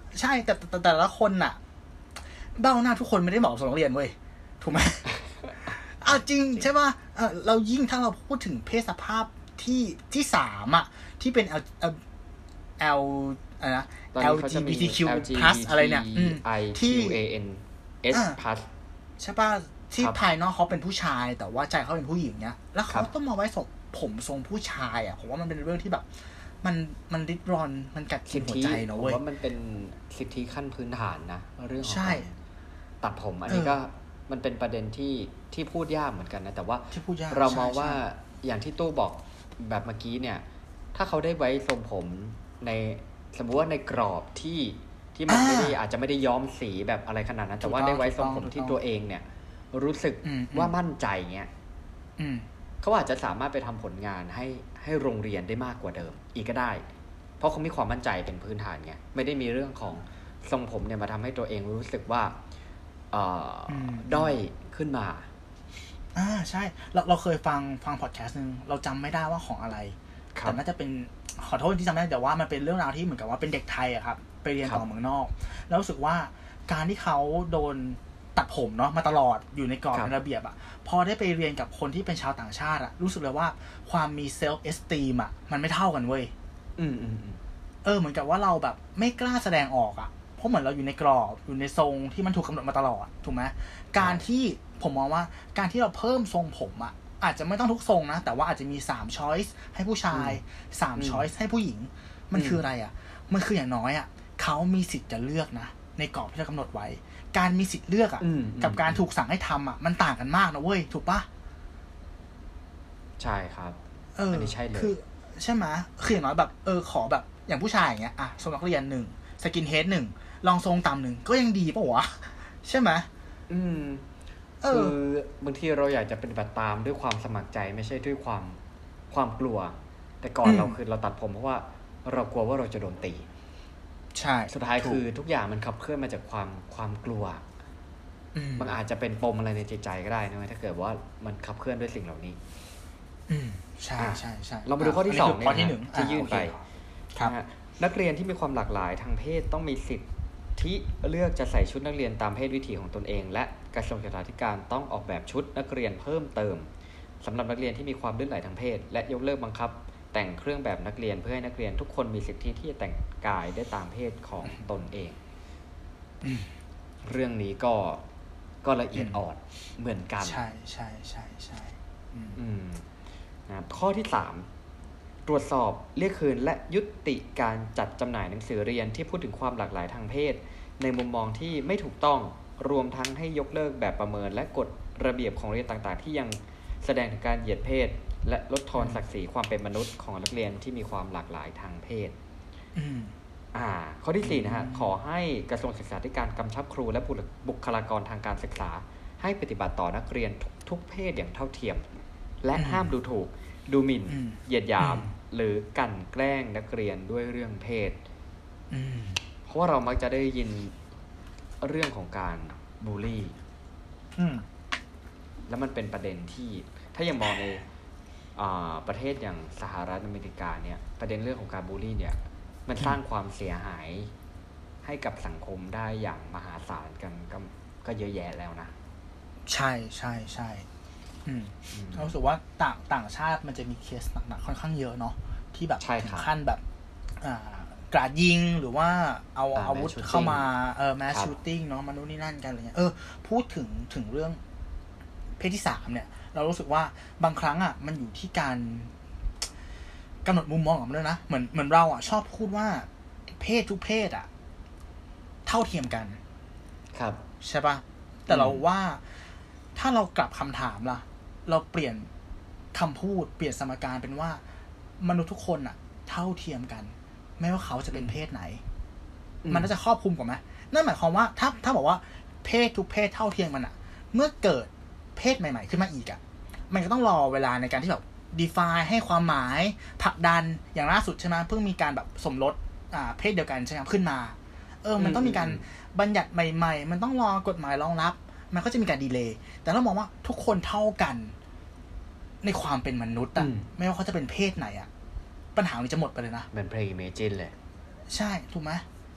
Speaker 1: ใช่แต่แต่แต่ละคนน่ะเบ้าหน้าทุกคนไม่ได้เหมาะกับนักเรียนเว้ยถูกไหม อ้าวจริงใช่ป่ะเออเรายิ่งถ้าเราพูดถึงเพศสภาพที่ที่สามอ่ะที่เป็น L L อะไรนะ แอล จี บี ที คิว พลัส อะไรเนี่ย
Speaker 2: ที่ เอส พลัส
Speaker 1: ใช่ป่ะที่ภายนอกเขาเป็นผู้ชายแต่ว่าใจเขาเป็นผู้หญิงเนี้ยแล้วเขาต้องมาไว้ทรงผมทรงผู้ชายอ่ะผมว่ามันเป็นเรื่องที่แบบมันมันริดรอนมันกัดกินหัวใจเนาะเว้ย
Speaker 2: ผมว่ามันเป็นสิทธิขั้นพื้นฐานนะเรื่องของการตัดผมอันนี้ก็มันเป็นประเด็นที่ที่พูดยากเหมือนกันนะแต่ว่าเรามองว่าอย่างที่ตู้บอกแบบเมื่อกี้เนี่ยถ้าเขาได้ไว้ทรงผมในสมมุติว่าในกรอบที่ที่มันไม่ได้อาจจะไม่ได้ย้อมสีแบบอะไรขนาดนั้นแต่ว่าได้ไว้ทรงผมที่ตัวเองเนี่ยรู้สึกว่ามั่นใจเงี้ยเขาอาจจะสามารถไปทำผลงานให้ให้โรงเรียนได้มากกว่าเดิมอีกก็ได้เพราะเขามีความมั่นใจเป็นพื้นฐานไงไม่ได้มีเรื่องของทรงผมเนี่ยมาทำให้ตัวเองรู้สึกว่าเอ่อด้อยขึ้นมา
Speaker 1: อ่าใช่เราเราเคยฟังฟังพอดแคสต์นึงเราจำไม่ได้ว่าของอะไรแต่น่าจะเป็นขอโทษที่จำไม่ได้แต่ว่ามันเป็นเรื่องราวที่เหมือนกับว่าเป็นเด็กไทยอะครับไปเรียนต่อเมืองนอกแล้วรู้สึกว่าการที่เขาโดนตัดผมเนาะมาตลอดอยู่ในกรอบในระเบียบอะพอได้ไปเรียนกับคนที่เป็นชาวต่างชาติอะรู้สึกเลยว่าความมีเซลฟ์เอสตีมอะมันไม่เท่ากันเว้ย
Speaker 2: อืมอืม
Speaker 1: เออเหมือนกับว่าเราแบบไม่กล้าแสดงออกอะเพราะเหมือนเราอยู่ในกรอบอยู่ในทรงที่มันถูกกำหนดมาตลอดถูกไหมการที่ผมมองว่าการที่เราเพิ่มทรงผมอะอาจจะไม่ต้องทุกทรงนะแต่ว่าอาจจะมีสามช้อยส์ให้ผู้ชายสามช้อยส์ให้ผู้หญิงมันคืออะไรอะมันคืออย่างน้อยอะเขามีสิทธิ์จะเลือกนะในกรอบที่เรากำหนดไว้การมีสิทธิ์เลือกอะกับการถูกสั่งให้ทำอะมันต่างกันมากนะเว้ยถูกปะ
Speaker 2: ใช่ครับ
Speaker 1: เอออันนี้ใช่เลยคือใช่ไหมคืออย่างน้อยแบบเออขอแบบอย่างผู้ชายอย่างเงี้ยอะทรงนักเรียนหนึ่งสกินเฮดหนึ่งลองทรงต่ำหนึ่งก็ยังดีป่ะวะใช่ไหม
Speaker 2: อืมคือบางทีเราอยากจะปฏิบัติตามด้วยความสมัครใจไม่ใช่ด้วยความความกลัวแต่ก่อนเราคือเราตัดผมเพราะว่าเรากลัวว่าเราจะโดนตี
Speaker 1: ใช่
Speaker 2: สุดท้ายคือทุกอย่างมันขับเคลื่อนมาจากความความกลัวมันอาจจะเป็นปมอะไรในจิตใจก็ได้นะถ้าเกิดว่ามันขับเคลื่อนด้วยสิ่งเหล่านี้
Speaker 1: อืมใช่ใช่ใช่
Speaker 2: เรามาดูข้อที่สอง
Speaker 1: เนี่ย
Speaker 2: ที่ยื่นไปนักเรียนที่มีความหลากหลายทางเพศต้องมีสิทธิ์ที่เลือกจะใส่ชุดนักเรียนตามเพศวิถีของตนเองและกระทรวงศึกษาธิการต้องออกแบบชุดนักเรียนเพิ่มเติมสำหรับนักเรียนที่มีความลื่นไหลทางเพศและยกเลิกบังคับแต่งเครื่องแบบนักเรียนเพื่อให้นักเรียนทุกคนมีสิทธิที่จะแต่งกายได้ตามเพศของตนเองเรื่องนี้ก็ก็ละเอียดอ่อนเหมือนกัน
Speaker 1: ใช่ใช่ใช่ใช่
Speaker 2: อืมนะข้อที่สามตรวจสอบเรียกคืนและยุติการจัดจำหน่ายหนังสือเรียนที่พูดถึงความหลากหลายทางเพศในมุมมองที่ไม่ถูกต้องรวมทั้งให้ยกเลิกแบบประเมินและกฎระเบียบของเรียนต่างๆที่ยังแสดงถึงการเหยียดเพศและลดทอนศักดิ์ศรีความเป็นมนุษย์ของนักเรียนที่มีความหลากหลายทางเพศอ่าข้อที่สี่นะฮะขอให้กระทรวงศึกษาธิการกำชับครูและบุคลากรทางการศึกษาให้ปฏิบัติต่อนักเรียนทุกเพศอย่างเท่าเทียมและห้ามดูถูกดูหมิ่นเหยียดหยามหรือกลั่นแกล้งนักเรียนด้วยเรื่องเพศเพราะว่าเรามักจะได้ยินเรื่องของการบูลลี่แล้วมันเป็นประเด็นที่ถ้ายังมองในประเทศอย่างสหรัฐอเมริกาเนี่ยประเด็นเรื่องของการบูลลี่เนี่ยมันสร้างความเสียหายให้กับสังคมได้อย่างมหาศาลกันก็ก็เยอะแยะแล้วนะ
Speaker 1: ใช่ใช่ใช่เรารู้สึกว่าต่างต่างชาติมันจะมีเคสหนักๆค่อนข้างเยอะเนาะที่แบบถึงขั้นแบบกราดยิงหรือว่าเอาอาวุธเข้ามาเออแมสชูตติ้งเนาะมนุษย์นี่นั่นกันอะไรเงี้ยเออพูดถึงถึงเรื่องเพศที่สามเนี่ยเรารู้สึกว่าบางครั้งอ่ะมันอยู่ที่การกำหนดมุมมองของมันด้วยนะเหมือนเหมือนเราอ่ะชอบพูดว่าเพศทุกเพศอ่ะเท่าเทียมกัน
Speaker 2: ครับ
Speaker 1: ใช่ปะแต่เราว่าถ้าเรากลับคำถามล่ะเราเปลี่ยนคำพูดเปลี่ยนสมการเป็นว่ามนุษย์ทุกคนอ่ะเท่าเทียมกันไม่ว่าเขาจะเป็นเพศไหนมันน่าจะครอบคลุมกว่าไหมนั่นหมายความว่าถ้าถ้าบอกว่าเพศทุกเพศเท่าเทียมกันอ่ะเมื่อเกิดเพศใหม่ๆขึ้นมาอีกอ่ะมันก็ต้องรอเวลาในการที่แบบ define ให้ความหมายผลักดันอย่างล่าสุดใช่ไหมเพิ่งมีการแบบสมรสอ่าเพศเดียวกันใช่ไหมขึ้นมาเออมันต้องมีการบัญญัติใหม่ๆมันต้องรอกฎหมายรองรับมันก็จะมีการดีเลย์แต่เรามองว่าทุกคนเท่ากันในความเป็นมนุษย์อ่ะไม่ว่าเขาจะเป็นเพศไหนอ่ะปัญหามันจะหมดไปเลยนะ
Speaker 2: เป็นเพลย์เมจินเลย
Speaker 1: ใช่ถูกไหม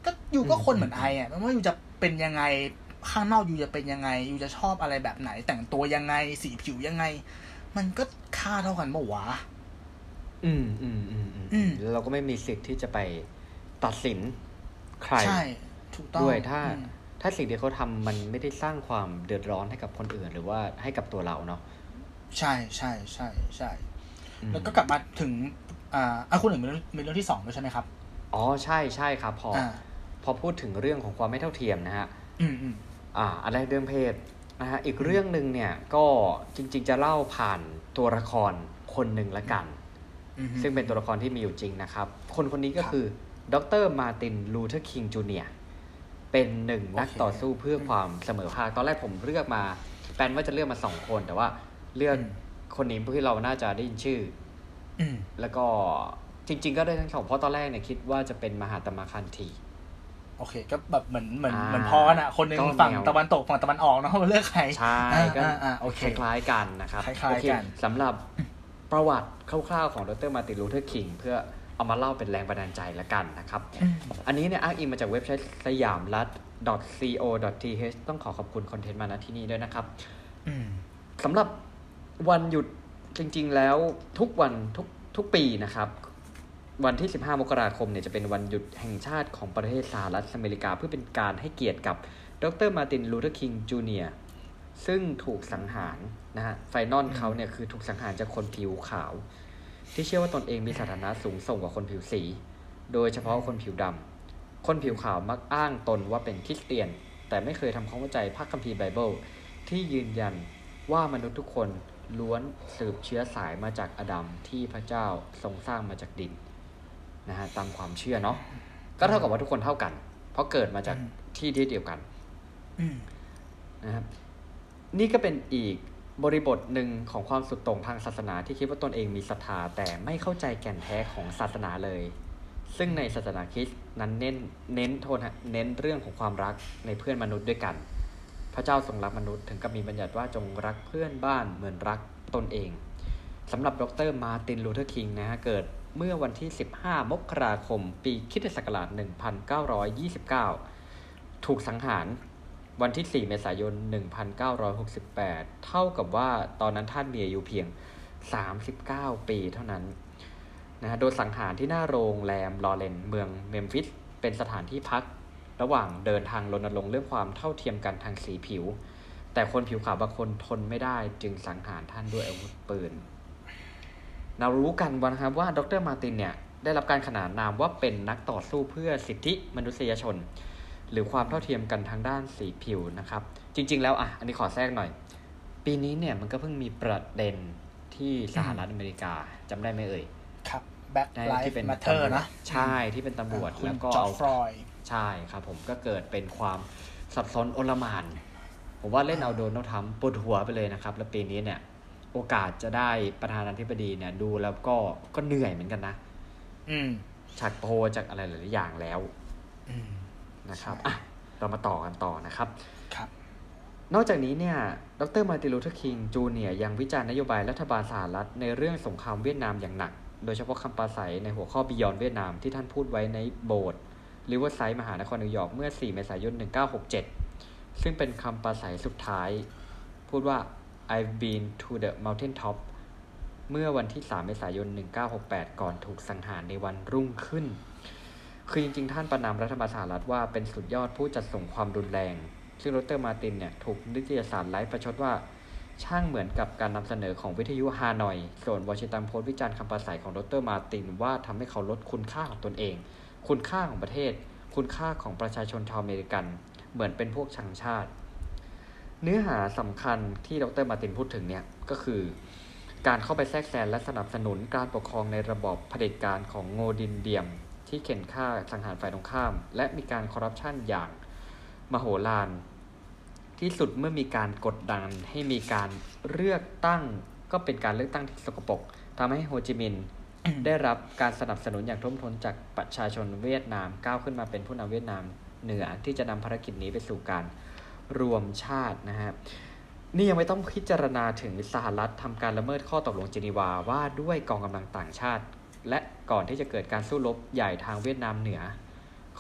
Speaker 1: ก็อยู่ก็คนเหมือนไออ่ะไม่ว่าอยู่จะเป็นยังไงข้างนอกอยู่จะเป็นยังไงอยู่จะชอบอะไรแบบไหนแต่งตัวยังไงสีผิวยังไงมันก็ค่าเท่ากันเมื่อวะ
Speaker 2: อืมอืมอืมอืมแล้วเราก็ไม่มีสิทธิ์ที่จะไปตัดสินใคร
Speaker 1: ใช่ถูกต้อง
Speaker 2: ด้วยถ้าถ้าสิ่งที่เขาทำมันไม่ได้สร้างความเดือดร้อนให้กับคนอื่นหรือว่าให้กับตัวเราเนาะ
Speaker 1: ใช่ใช่ใช่ใช่แล้วก็กลับมาถึงอ่าอ่ะคุณหนึ่งมีเรื่องที่สองด้วยใช่ไหมครับ
Speaker 2: อ๋อใช่ใช่ครับพอพอพูดถึงเรื่องของความไม่เท่าเทียมนะฮะ
Speaker 1: อืมอืม
Speaker 2: อ่าอะไรเรื่องเพศนะฮะอีกเรื่องนึงเนี่ยก็จริงๆจะเล่าผ่านตัวละครคนหนึ่งละกันซึ่งเป็นตัวละครที่มีอยู่จริงนะครับคนคนนี้ก็คือดร.มาร์ติน ลูเทอร์ คิง จูเนียร์ เป็นหนึ่งนักต่อสู้เพื่อความเสมอภาคตอนแรกผมเลือกมาแปลนว่าจะเลือกมาสองคนแต่ว่าเลือกคนนี้เพื่อที่เราน่าจะได้ยินชื่อแล้วก็จริงๆก็ได้ทั้งสองเพราะตอนแรกเนี่ยคิดว่าจะเป็นมหาตมะคันธี
Speaker 1: โอเคก็แบบเหมือนเหมือนเหมือนพอกันอ่ะคนนึงฝั่งตะวันตกฝั่งตะวันออกเนาะเลือกใคร
Speaker 2: ใช่ก็คล้ายๆกันนะครับ
Speaker 1: คล้ายๆกัน
Speaker 2: สำหรับประวัติคร่าวๆของดร.มาร์ติน ลูเทอร์ คิงเพื่อเอามาเล่าเป็นแรงบันดาลใจละกันนะครับอันนี้เนี่ยอ้างอิงมาจากเว็บไซต์สยามรัฐ .co .th ต้องขอขอบคุณคอนเทนต์มาณที่นี่ด้วยนะครับสำหรับวันหยุดจริงๆแล้วทุกวันทุกทุกปีนะครับวันที่สิบห้ามกราคมเนี่ยจะเป็นวันหยุดแห่งชาติของประเทศสหรัฐอเมริกาเพื่อเป็นการให้เกียรติกับดร.มาร์ติน ลูเทอร์ คิง จูเนียร์ ซึ่งถูกสังหารนะฮะไฟนอลเขาเนี่ยคือถูกสังหารจากคนผิวขาวที่เชื่อว่าตนเองมีสถานะสูงส่งกว่าคนผิวสีโดยเฉพาะคนผิวดำคนผิวขาวมักอ้างตนว่าเป็นคริสเตียนแต่ไม่เคยทำความเข้าใจพระคัมภีร์ไบเบิลที่ยืนยันว่ามนุษย์ทุกคนล้วนสืบเชื้อสายมาจากอาดัมที่พระเจ้าทรงสร้างมาจากดินนะฮะตามความเชื่อเนาะก็เท่ากับว่าทุกคนเท่ากันเพราะเกิดมาจากที่ที่เดียวกันนะครับนี่ก็เป็นอีกบริบทหนึ่งของความสุดโต่งทางศาสนาที่คิดว่าตนเองมีศรัทธาแต่ไม่เข้าใจแก่นแท้ของศาสนาเลยซึ่งในศาสนาคริสต์นั้นเน้นเน้นโทษเน้นเรื่องของความรักในเพื่อนมนุษย์ด้วยกันพระเจ้าทรงรักมนุษย์ถึงกับมีบัญญัติว่าจงรักเพื่อนบ้านเหมือนรักตนเองสำหรับดร.มาร์ติน ลูเทอร์ คิงนะฮะเกิดเมื่อวันที่สิบห้ามกราคมปีคริสตศักราชหนึ่งพันเก้าร้อยยี่สิบเก้าถูกสังหารวันที่สี่เมษายนหนึ่งพันเก้าร้อยหกสิบแปดเท่ากับว่าตอนนั้นท่านมีอายุเพียงสามสิบเก้าปีเท่านั้นนะฮะโดยสังหารที่หน้าโรงแรมลอเรนเมืองเมมฟิสเป็นสถานที่พักระหว่างเดินทางรณรงค์เรื่องความเท่าเทียมกันทางสีผิวแต่คนผิวขาวบางคนทนไม่ได้จึงสังหารท่านด้วยอาวุธปืนเรารู้กันว่านะครับว่าดร.มาร์ตินเนี่ยได้รับการขนานนามว่าเป็นนักต่อสู้เพื่อสิทธิมนุษยชนหรือความเท่าเทียมกันทางด้านสีผิวนะครับจริงๆแล้วอ่ะอันนี้ขอแทรกหน่อยปีนี้เนี่ยมันก็เพิ่งมีประเด็นที่สหรัฐอเมริกาจำได้ไหมเอ่ย
Speaker 1: ครับ Black Lives Matter นะ
Speaker 2: ใช่ที่เป็นตำรวจแล้วก็เอาใช่ครับผมก็เกิดเป็นความสับสนโอลหม่านผมว่าเล่นเอาโดนัลด์ทรัมป์ปวดหัวไปเลยนะครับแล้วปีนี้เนี่ยโอกาสจะได้ประธานาธิบดีเนี่ยดูแล้วก็ก็เหนื่อยเหมือนกันนะ
Speaker 1: อืม
Speaker 2: จากโพจากอะไรหลายๆอย่างแล้ว
Speaker 1: อืม
Speaker 2: นะครับอ่ะเรามาต่อกันต่อนะครับ
Speaker 1: ครับ
Speaker 2: นอกจากนี้เนี่ยดร.มาร์ติน ลูเทอร์ คิง จูเนียร์ยังวิจารณ์นโยบายรัฐบาลสหรัฐในเรื่องสงครามเวียดนามอย่างหนักโดยเฉพาะคำปราศัยในหัวข้อ Beyond เวียดนามที่ท่านพูดไว้ในโบสถ์ริเวอร์ไซด์มหานครนิวยอร์กเมื่อสี่เมษายนหนึ่งพันเก้าร้อยหกสิบเจ็ดซึ่งเป็นคำปราศัยสุดท้ายพูดว่า I've been to the mountain top เมื่อวันที่สามเมษายนหนึ่งพันเก้าร้อยหกสิบแปดก่อนถูกสังหารในวันรุ่งขึ้นคือจริงๆท่านประนามรัฐบาลสหรัฐว่าเป็นสุดยอดผู้จัดส่งความรุนแรงซึ่งดร.มาร์ตินเนี่ยถูกนิตยสารไลฟ์ประชดว่าช่างเหมือนกับการนำเสนอของวิทยุฮานอยส่วนวอชิงตันโพสต์วิจารณ์คำปราศัยของดร.มาร์ตินว่าทำให้เขาลดคุณค่าของตนเองคุณค่าของประเทศคุณค่าของประชาชนชาวอเมริกันเหมือนเป็นพวกชังชาติเนื้อหาสำคัญที่ดร.มาร์ตินพูดถึงเนี่ยก็คือการเข้าไปแทรกแซงและสนับสนุนการปกครองในระบอบเผด็จการของโงดินเดียมที่เข็นฆ่าสังหารฝ่ายตรงข้ามและมีการคอร์รัปชันอย่างมโหฬารที่สุดเมื่อมีการกดดันให้มีการเลือกตั้งก็เป็นการเลือกตั้งที่สกปรกทำให้โฮจิมินห์ ได้รับการสนับสนุนอย่างท่วมท้นจากประชาชนเวียดนามก้าวขึ้นมาเป็นผู้นำเวียดนามเหนือที่จะนำภารกิจนี้ไปสู่การรวมชาตินะฮะนี่ยังไม่ต้องพิจารณาถึงสหรัฐทำการละเมิดข้อตกลงเจนีวาว่าด้วยกองกำลังต่างชาติและก่อนที่จะเกิดการสู้รบใหญ่ทางเวียดนามเหนือข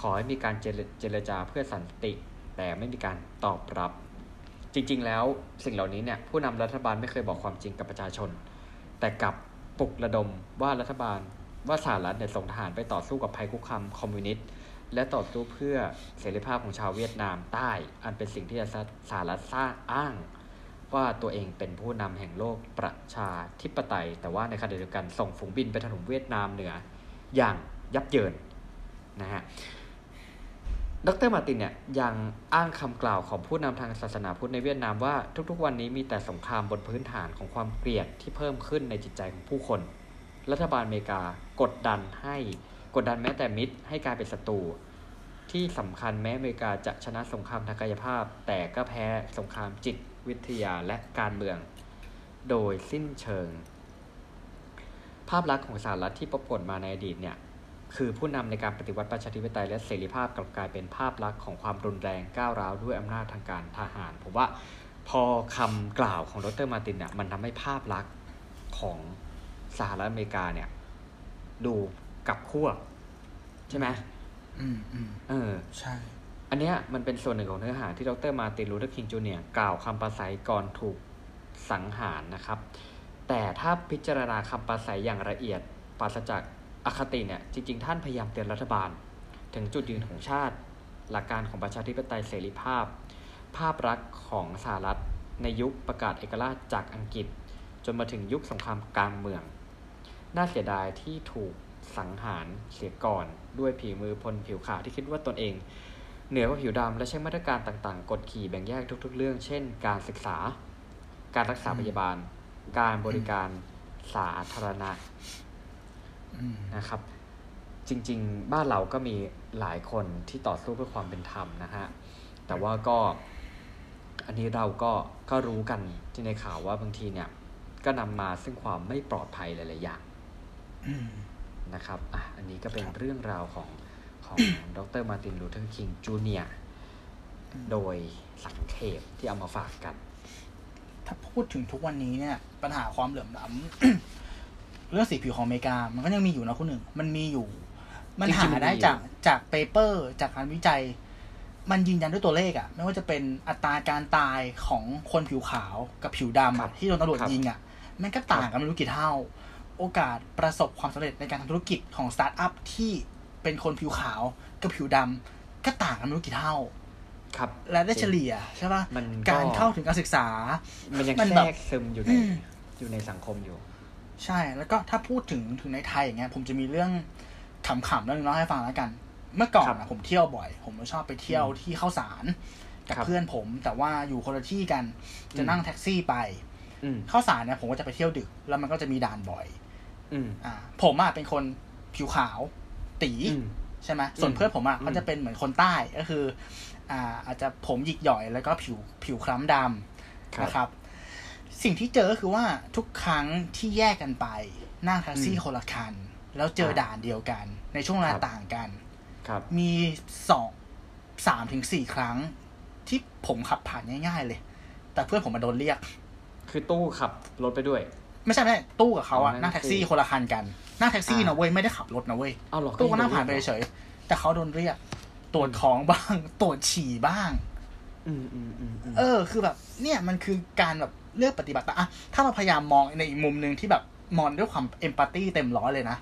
Speaker 2: ขอให้มีการเจรจาเพื่อสันติแต่ไม่มีการตอบรับจริงๆแล้วสิ่งเหล่านี้เนี่ยผู้นำรัฐบาลไม่เคยบอกความจริงกับประชาชนแต่กลับปลุกระดมว่ารัฐบาลว่าสหรัฐเนี่ยส่งทหารไปต่อสู้กับภัยคุกคามคอมมิวนิสต์และต่อสู้เพื่อเสรีภาพของชาวเวียดนามใต้อันเป็นสิ่งที่สหรัฐสร้างอ้างว่าตัวเองเป็นผู้นำแห่งโลกประชาธิปไตยแต่ว่าในขณะเดียวกันส่งฝูงบินไปถล่มเวียดนามเหนืออย่างยับเยินนะฮะดร.มาร์ตินเนี่ยยังอ้างคำกล่าวของผู้นำทางศาสนาพุทธในเวียดนามว่าทุกๆวันนี้มีแต่สงครามบนพื้นฐานของความเกลียดที่เพิ่มขึ้นในจิตใจของผู้คนรัฐบาลอเมริกากดดันให้กดดันแม้แต่มิตรให้กลายเป็นศัตรูที่สำคัญแม้อเมริกาจะชนะสงครามทางกายภาพแต่ก็แพ้สงครามจิตวิทยาและการเมืองโดยสิ้นเชิงภาพลักษณ์ของสหรัฐที่ปรากฏมาในอดีตเนี่ยคือผู้นำในการปฏิวัติประชาธิปไตยและเสรีภาพกลับกลายเป็นภาพลักษณ์ของความรุนแรงก้าวร้าวด้วยอำนาจทางการทหารผมว่าพอคำกล่าวของดร.มาร์ตินเนี่ยมันทำให้ภาพลักษณ์ของสหรัฐอเมริกาเนี่ยดูกลับขั้วใช่ไหม
Speaker 1: อืมอืม
Speaker 2: เออ
Speaker 1: ใช่
Speaker 2: อันเนี้ยมันเป็นส่วนหนึ่งของเนื้อหาที่ดร.มาร์ตินลูเทอร์คิงจูเนียร์กล่าวคำปราศัยก่อนถูกสังหารนะครับแต่ถ้าพิจารณาคำปราศัยอย่างละเอียดปราศจากอคติเนี่ยจริงๆท่านพยายามเตือนรัฐบาลถึงจุดยืนของชาติหลักการของประชาธิปไตยเสรีภาพภาพลักษณ์ของสหรัฐในยุคประกาศเอกราชจากอังกฤษจนมาถึงยุคสงครามกลางเมืองน่าเสียดายที่ถูกสังหารเสียก่อนด้วยผีมือพลผิวขาวที่คิดว่าตนเองเหนือกว่าผิวดำและใช้มาตรการต่างๆกดขี่แบ่งแยกทุกๆเรื่องเช่นการศึกษาการรักษาพยาบาลการบริการสาธารณะนะครับจริงๆบ้านเราก็มีหลายคนที่ต่อสู้เพื่อความเป็นธรรมนะฮะแต่ว่าก็อันนี้เราก็ก็รู้กันที่ในข่าวว่าบางทีเนี่ยก็นำมาซึ่งความไม่ปลอดภัยหลายๆอย่างนะครับอ่ะอันนี้ก็เป็นเรื่องราวของของดร.มาร์ตินลูเทอร์คิงจูเนียร์โดยสังเขปที่เอามาฝากกัน
Speaker 1: ถ้าพูดถึงทุกวันนี้เนี่ยปัญหาความเหลื่อมล้ำ เรื่องสีผิวของอเมริกามันก็ยังมีอยู่นะคุณหนึ่งมันมีอยู่มันหาได้จากจากเปเปอร์จากการวิจัยมันยืนยันด้วยตัวเลขอ่ะไม่ว่าจะเป็นอัตราการตายของคนผิวขาวกับผิวดำอ่ะที่โดนตำรวจยิงอ่ะมันก็ต่างกันไม่รู้กี่เท่าโอกาสประสบความสำเร็จในการทำธุรกิจของสตาร์ทอัพที่เป็นคนผิวขาวกับผิวดำก็ต่างกันไม่รู้กี่เท่า
Speaker 2: ครับ
Speaker 1: และได้เฉลี่ยใช่ป่ะการเข้าถึงการศึกษา
Speaker 2: มันยังแทรกซึมอยู่ในอยู่ในสังคมอยู่
Speaker 1: ใช่แล้วก็ถ้าพูดถึงถึงในไทยอย่างเงี้ยผมจะมีเรื่องขำๆเรื่องนึงเล่าให้ฟังแล้วกันเมื่อก่อนนะผมเที่ยวบ่อยผมชอบไปเที่ยวที่ข้าวสารกับเพื่อนผมแต่ว่าอยู่คนละที่กันจะนั่งแท็กซี่ไปข้าวสารเนี่ยผมก็จะไปเที่ยวดึกแล้วมันก็จะมีด่านบ่อยอ่าผมอ่ะเป็นคนผิวขาวตีใช่ไหมส่วนเพื่อนผมอ่ะเขาจะเป็นเหมือนคนใต้ก็คืออ่าอาจจะผมหยิกหย่อยแล้วก็ผิวผิวคล้ำดำนะครับสิ่งที่เจอก็คือว่าทุกครั้งที่แยกกันไปนั่งแท็กซี่คนละคันแล้วเจอด่านเดียวกันในช่วงเวลาต่างกันมีสองสามถึงสี่ครั้งที่ผมขับผ่านง่ายๆเลยแต่เพื่อนผมมาโดนเรียก
Speaker 2: คือตู้ขับรถไปด้วย
Speaker 1: ไม่ใช่ไม่ใช่ตู้กับเขาอะนั่งแท็กซี่คนละคันกันนั่งแท็กซี่นะเว้ยไม่ได้ขับรถนะเว้ยตู้ก็นั่งผ่านไปเฉยแต่เขาโดนเรียกตรวจของบ้างตรวจฉี่บ้าง
Speaker 2: อืมอืมอืม
Speaker 1: เออคือแบบเนี่ยมันคือการแบบเลือกปฏิบัติอะถ้าเราพยายามมองในอีกมุมนึงที่แบบมองด้วยความเอมพัตตีเต็มร้อยเลยนะ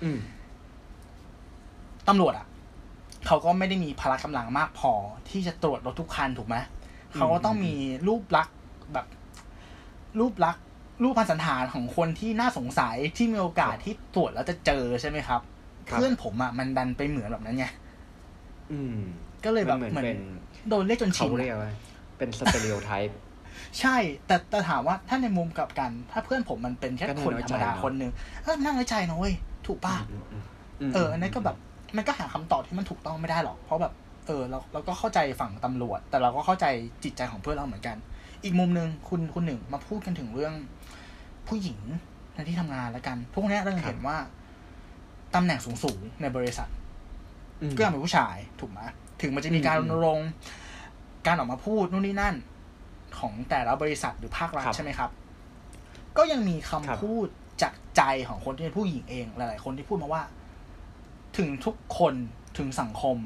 Speaker 1: ตำรวจอะเขาก็ไม่ได้มีพละกำลังมากพอที่จะตรวจรถทุกคันถูกไหมเขาก็ต้องมีรูปลักษณ์แบบรูปลักษณ์รูปพรรณสันฐานของคนที่น่าสงสัยที่มีโอกาสที่ตรวจแล้วจะเจอใช่ไหมครับเพื่อนผมอะมันดันไปเหมือนแบบนั้นไงก็เลยแบบเหมือนโดนเรียกจนชิน
Speaker 2: เป็นสเตอริโอไทป์
Speaker 1: ใช่แต่แต่ถามว่าถ้าในมุมกลับกันถ้าเพื่อนผมมันเป็นแค่คนธรรมดาคนนึงเออนั่งไว้ใจนะเว้ยถูกป่ะเอออันนั้นก็แบบมันก็หาคำตอบที่มันถูกต้องไม่ได้หรอกเพราะแบบเออเราเราก็เข้าใจฝั่งตำรวจแต่เราก็เข้าใจจิตใจของเพื่อนเราเหมือนกันอีกมุมนึงคุณคุณหนึ่งมาพูดกันถึงเรื่องผู้หญิงในที่ทำงานแล้วกันพวกนี้เราเห็นว่าตำแหน่งสูงๆในบริษัทก็ยังเป็นผู้ชายถูกไหมถึงมันจะมีการรณรงค์การออกมาพูดนู่นนี่นั่นของแต่ละบริษัทหรือภาครัฐใช่ไหมครับก็ยังมีคำพูดจากใจของคนที่เป็นผู้หญิงเองหลายๆคนที่พูดมาว่าถึงทุกคนถึงสังคม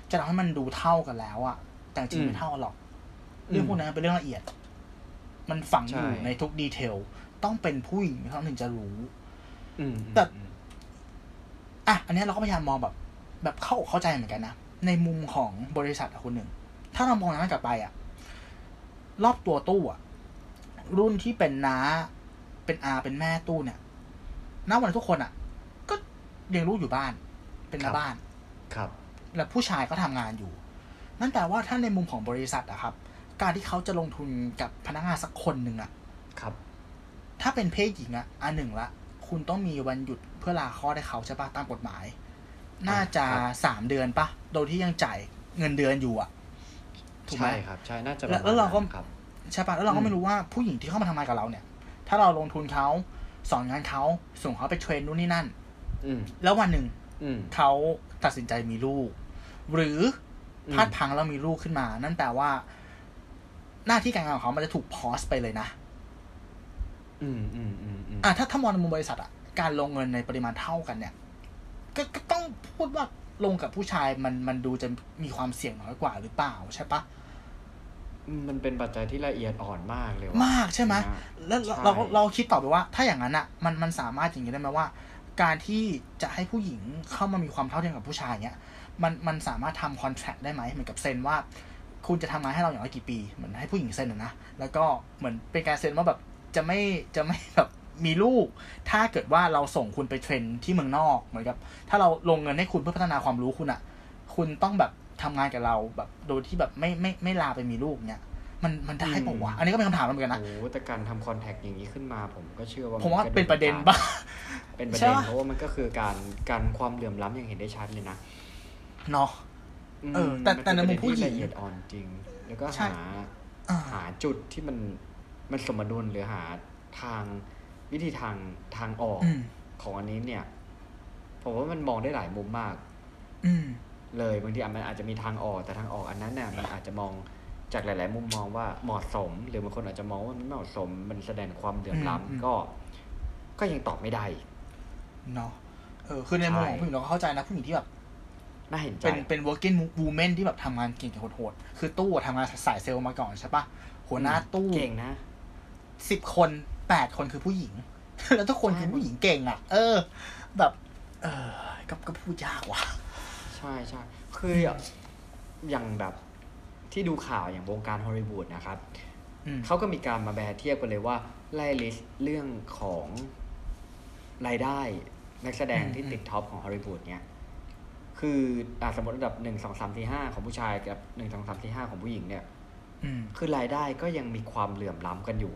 Speaker 1: จะทำให้มันดูเท่ากันแล้วอะแต่จริงไม่เท่าหรอกเรื่องพวกนั้นเป็นเรื่องละเอียดมันฝังอยู่ในทุกดีเทลต้องเป็นผู้หญิงเท่านั้นถึงจะรู้แต่อ่ะอันนี้เราก็พยายามมองแบบแบบเข้าเข้าใจเหมือนกันนะในมุมของบริษัทคนหนึ่งถ้าเรามองย้อนกลับไปอะรอบตัวตู้อะรุ่นที่เป็นน้าเป็นอาเป็นแม่ตู้เนี่ยณวันทุกคนอะก็เลี้ยงลูกอยู่บ้านเป็นน้าบ้าน
Speaker 2: ครับ
Speaker 1: แล้วผู้ชายก็ทำงานอยู่นั่นแปลว่าถ้าในมุมของบริษัทอะครับการที่เขาจะลงทุนกับพนักงานสักคนหนึ่งอะ
Speaker 2: ครับ
Speaker 1: ถ้าเป็นเพศหญิงอะอันหนึ่งละคุณต้องมีวันหยุดเพื่อลาคลอดให้เขาใช่ปะตามกฎหมายน่าจะสามเดือนปะโดยที่ยังจ่ายเงินเดือนอยู่อะ
Speaker 2: ถูกไหมใช่ครับใช่น่าจะ
Speaker 1: แล้วเราก็ใช่ปะแล้วเราก็ไม่รู้ว่าผู้หญิงที่เข้ามาทำงานกับเราเนี่ยถ้าเราลงทุนเขาสอนงานเขาส่งเขาไปเทรนนู่นนี่นั่นแล้ววันหนึ่งเขาตัดสินใจมีลูกหรือพลาดพังแล้วมีลูกขึ้นมานั่นแปลว่าหน้าที่การงานของเขามันจะถูกพอสไปเลยนะ
Speaker 2: อืมอืมอืม
Speaker 1: อ่าถ้าถ้ามองในมุมบริษัทอ่ะการลงเงินในปริมาณเท่ากันเนี่ยก็ก็ต้องพูดว่าลงกับผู้ชายมันมันดูจะมีความเสี่ยงน้อยกว่าหรือเปล่าใช่ปะ
Speaker 2: มันเป็นปัจจัยที่ละเอียดอ่อนมากเลย
Speaker 1: มากใช่ไหมแล้วเราเราคิดต่อไปว่าถ้าอย่างนั้นอ่ะมันมันสามารถอย่างนี้ได้ไหมว่าการที่จะให้ผู้หญิงเข้ามามีความเท่าเทียมกับผู้ชายเนี้ยมันมันสามารถทำคอนแทรคได้ไหมเหมือนกับเซ็นว่าคุณจะทำงานให้เราอย่างน้อยกี่ปีเหมือนให้ผู้หญิงเซ็นนะแล้วก็เหมือนเป็นการเซ็นว่าแบบจะไม่จะไม่แบบมีลูกถ้าเกิดว่าเราส่งคุณไปเทรนที่เมืองนอกเหมือนกับถ้าเราลงเงินให้คุณเพื่อพัฒนาความรู้คุณอ่ะคุณต้องแบบทำงานกับเราแบบโดยที่แบบไม่ไม่ไม่ลาไปมีลูกเนี้ยมันมันได้ป่าววะอันนี้ก็เป็นคำถามเหมือนกันนะ
Speaker 2: โอ้แต่การทำคอนแทคอย่างนี้ขึ้นมาผมก็เชื่อว่า
Speaker 1: ผมว่าเป็นประเด็นบ้า
Speaker 2: เป็นประเด็นเพราะว่ามันก็คือการการความเหลื่อมล้ำอย่างเห็นได้ชัดเลยนะ
Speaker 1: เนาะเออแต่แต่ในมุมผู้หญิง
Speaker 2: ละเอียดอ่อนจริงแล้วก็หาหาจุดที่มันมันสมดุลหรือหาทางวิธีทางทางออกของอันนี้เนี่ยผมว่ามันมองได้หลายมุมมากเลยบางทีมันอาจจะมีทางออกแต่ทางออกอันนั้นเนี่ยมันอาจจะมองจากหลายๆมุมมองว่าเหมาะสมหรือบางคนอาจจะมองว่ามันไม่เหมาะสมมันแสดงความเหลื่อมล้ำก็ก็ยังตอบไม่ได้
Speaker 1: เนาะเออคือในมุมของผู้หญิงเราก็เข้าใจนะผู้หญิงที่แบบ
Speaker 2: น่าเห็นใจ
Speaker 1: เป็นเป็น working woman ที่แบบทำงานเก่งๆโหดๆคือตู้ทำงานสายเซลล์มาก่อนใช่ปะหัวหน้าตู้
Speaker 2: เก่งนะ
Speaker 1: สิบคนแปดคนคือผู้หญิงแล้วทุกคนคือผู้หญิงเก่งอ่ะเออแบบเออก็ก็พูดยากว่ะ
Speaker 2: ใช่ใช่คืออย่างแบบที่ดูข่าวอย่างวงการฮอลลีวูดนะครับเขาก็มีการมาแบร์เทียบกันเลยว่าไล่ลิสต์เรื่องของรายได้นักแสดงที่ติดท็อปของฮอลลีวูดเนี่ยคืออ่าสมมติอันดับหนึ่งสองสามสี่ห้าของผู้ชายกับหนึ่งสองสามสี่ห้าของผู้หญิงเนี่ยคือรายได้ก็ยังมีความเหลื่อมล้ำกันอยู่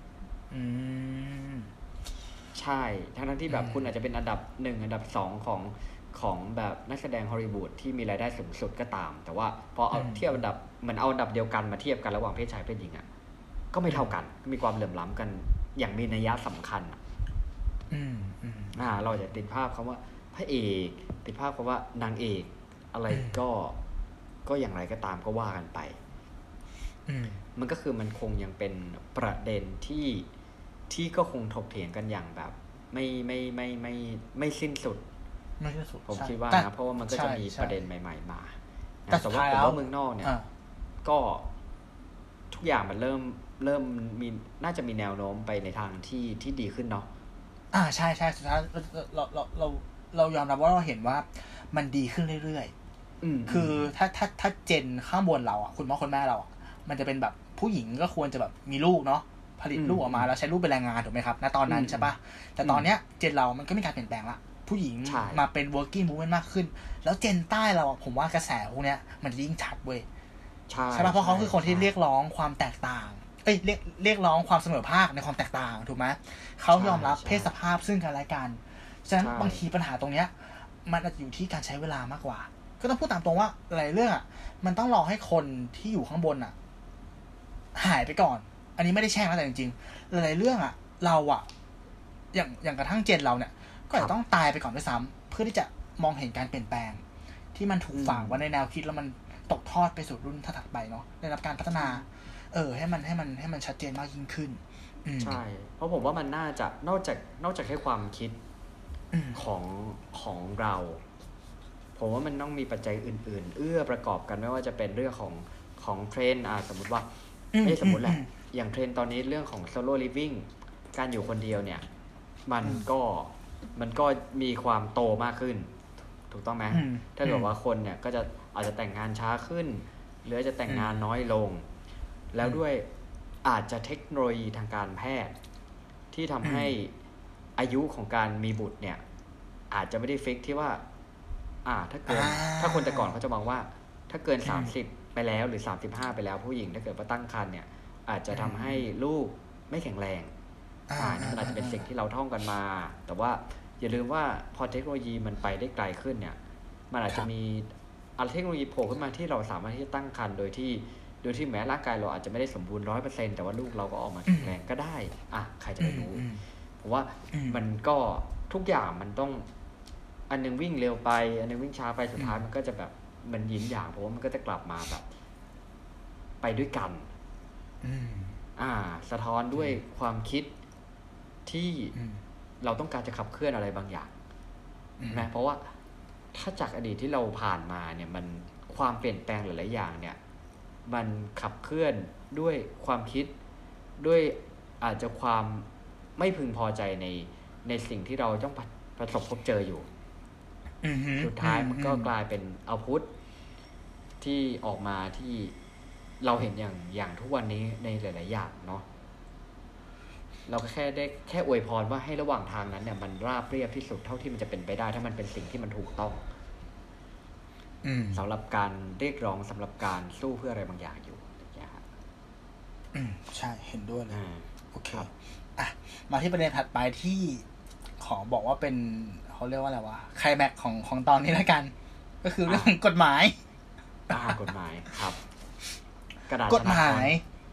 Speaker 2: ใช่ทั้งที่แบบคุณอาจจะเป็นอันดับหนึ่งอันดับสองของของแบบนักแสดงฮอลลีวูดที่มีรายได้สูงสุดก็ตามแต่ว่าพอเอาเทียบอันดับเหมือนเอาอันดับเดียวกันมาเทียบกันระหว่างเพศชายเพศหญิงอ่ะก็ไม่เท่ากันมีความเหลื่อมล้ำกันอย่างมีนัยสำคัญอ่าเราจะติดภาพคำว่าพระเอกติดภาพคำว่านางเอกอะไรก็ก็อย่างไรก็ตามก็ว่ากันไปมันก็คือมันคงยังเป็นประเด็นที่ที่ก็คงถกเถียงกันอย่างแบบไม่ไม่ไม่ไม่ไม่สิ้นสุด
Speaker 1: ไม่สิ้นสุด
Speaker 2: ผมคิดว่านะเพราะว่ามันก็จะมีประเด็นใหม่ๆมาแต่ว่าผมว่าเมืองนอกเนี่ยก็ทุกอย่างมันเริ่มเริ่มมีน่าจะมีแนวโน้มไปในทางที่ที่ดีขึ้นเนาะ
Speaker 1: อ่าใช่ใช่สุดท้ายเราเราเราเรายอมรับว่าเราเห็นว่ามันดีขึ้นเรื่อยๆคือถ้าถ้าถ้าเจนข้างบนเราอ่ะคุณพ่อคุณแม่เราอ่ะมันจะเป็นแบบผู้หญิงก็ควรจะแบบมีลูกเนาะผลิตลูกออกมาแล้วใช้ลูกเป็นแรงงานถูกไหมครับณตอนนั้นใช่ปะแต่ตอนเนี้ยเจนเรามันก็มีการเปลี่ยนแปลงละผู้หญิงมาเป็น working woman มากขึ้นแล้วเจนใต้เราผมว่ากระแสพวกเนี้ยมันจะยิ่งชัดเว้ยใช่ป่ะเพราะเขาคือคนที่เรียกร้องความแตกต่างเอ้ยเรียกเรียกร้องความเสมอภาคในความแตกต่างถูกไหมเขายอมรับเพศสภาพซึ่งกันและกันฉะนั้นบางทีปัญหาตรงเนี้ยมันอาจจะอยู่ที่การใช้เวลามากกว่าก็ต้องพูดตามตรงว่าหลายเรื่องอ่ะมันต้องรอให้คนที่อยู่ข้างบนอ่ะหายไปก่อนอันนี้ไม่ได้แช่งนะแต่จริงๆหลายเรื่องอ่ะเราอ่ะอย่างอย่างกระทั่งเจนเราเนี่ยก็จะต้องตายไปก่อนด้วยซ้ำเพื่อที่จะมองเห็นการเปลี่ยนแปลงที่มันถูกฝังไว้ในแนวคิดแล้วมันตกทอดไปสู่รุ่นถัดไปเนาะได้รับการพัฒนาเออให้มันให้มันให้มันชัดเจนมากยิ่งขึ้น
Speaker 2: ใช่เพราะผมว่ามันน่าจะนอกจากนอกจากให้ความคิดของของเราผผมว่ามันต้องมีปัจจัยอื่นๆเอื้อประกอบกันไม่ว่าจะเป็นเรื่องของของเทรนด์อ่าสมมติว่าไม่สมมติแหละอย่างเทรนด์ตอนนี้เรื่องของ solo living การอยู่คนเดียวเนี่ยมันก็มันก็มีความโตมากขึ้นถูกต้องไหมถ้าเกิดว่าคนเนี่ยก็จะอาจจะแต่งงานช้าขึ้นหรือจะแต่งงานน้อยลงแล้วด้วยอาจจะเทคโนโลยีทางการแพทย์ที่ทำให้อายุของการมีบุตรเนี่ยอาจจะไม่ได้ฟิกที่ว่าอ่าถ้าเกินถ้าคนแต่ก่อนเขาจะมองว่าถ้าเกินสามสิบไปแล้วหรือสามสิบห้าไปแล้วผู้หญิงถ้าเกิดว่าตั้งครรภ์เนี่ยอาจจะทำให้ลูกไม่แข็งแรงอ่านี่มันอาจจะเป็นสิ่งที่เราท่องกันมาแต่ว่าอย่าลืมว่าพอเทคโนโลยีมันไปได้ไกลขึ้นเนี่ยมันอาจจะมีอะไรเทคโนโลยีโผล่ขึ้นมาที่เราสามารถที่จะตั้งครรภ์โดยที่โดยที่แม้ร่างกายเราอาจจะไม่ได้สมบูรณ์ ร้อยเปอร์เซ็นต์ แต่ว่าลูกเราก็ออกมาแข็งแรงก็ได้อ่ะใครจะไปรู้ผมว่ามันก็ทุกอย่างมันต้องอันนึงวิ่งเร็วไปอันนึงวิ่งช้าไปสุดท้ายมันก็จะแบบมันยินอย่างเพราะว่ามันก็จะกลับมาแบบไปด้วยกันอ่าสะท้อนด้วยความคิดที่เราต้องการจะขับเคลื่อนอะไรบางอย่างนะเพราะว่าถ้าจากอดีตที่เราผ่านมาเนี่ยมันความเปลี่ยนแปลงหลายๆอย่างเนี่ยมันขับเคลื่อนด้วยความคิดด้วยอาจจะความไม่พึงพอใจในในสิ่งที่เราต้องประสบพบเจออยู่สุดท้ายมันก็กลายเป็นเอาพุทธที่ออกมาที่เราเห็นอย่างอย่างทุกวันนี้ในหลายๆอย่างเนาะเราก็แค่ได้แค่อวยพรว่าให้ระหว่างทางนั้นเนี่ยมันราบเรียบที่สุดเท่าที่มันจะเป็นไปได้ถ้ามันเป็นสิ่งที่มันถูกต้องสำหรับการเรียกร้องสำหรับการสู้เพื่ออะไรบางอย่างอยู่นะครับ
Speaker 1: อืมใช่เห็นด้วยเลยโอเคอ่ะมาที่ประเด็นถัดไปที่ขอบอกว่าเป็นเขาเรียกว่าอะไรวะไคลแม็กซ์ของของตอนนี้แล้วกันก็คือเรื่องของกฎหมาย
Speaker 2: อ่ากฎหมายครับกระดาษ
Speaker 1: กฎหมาย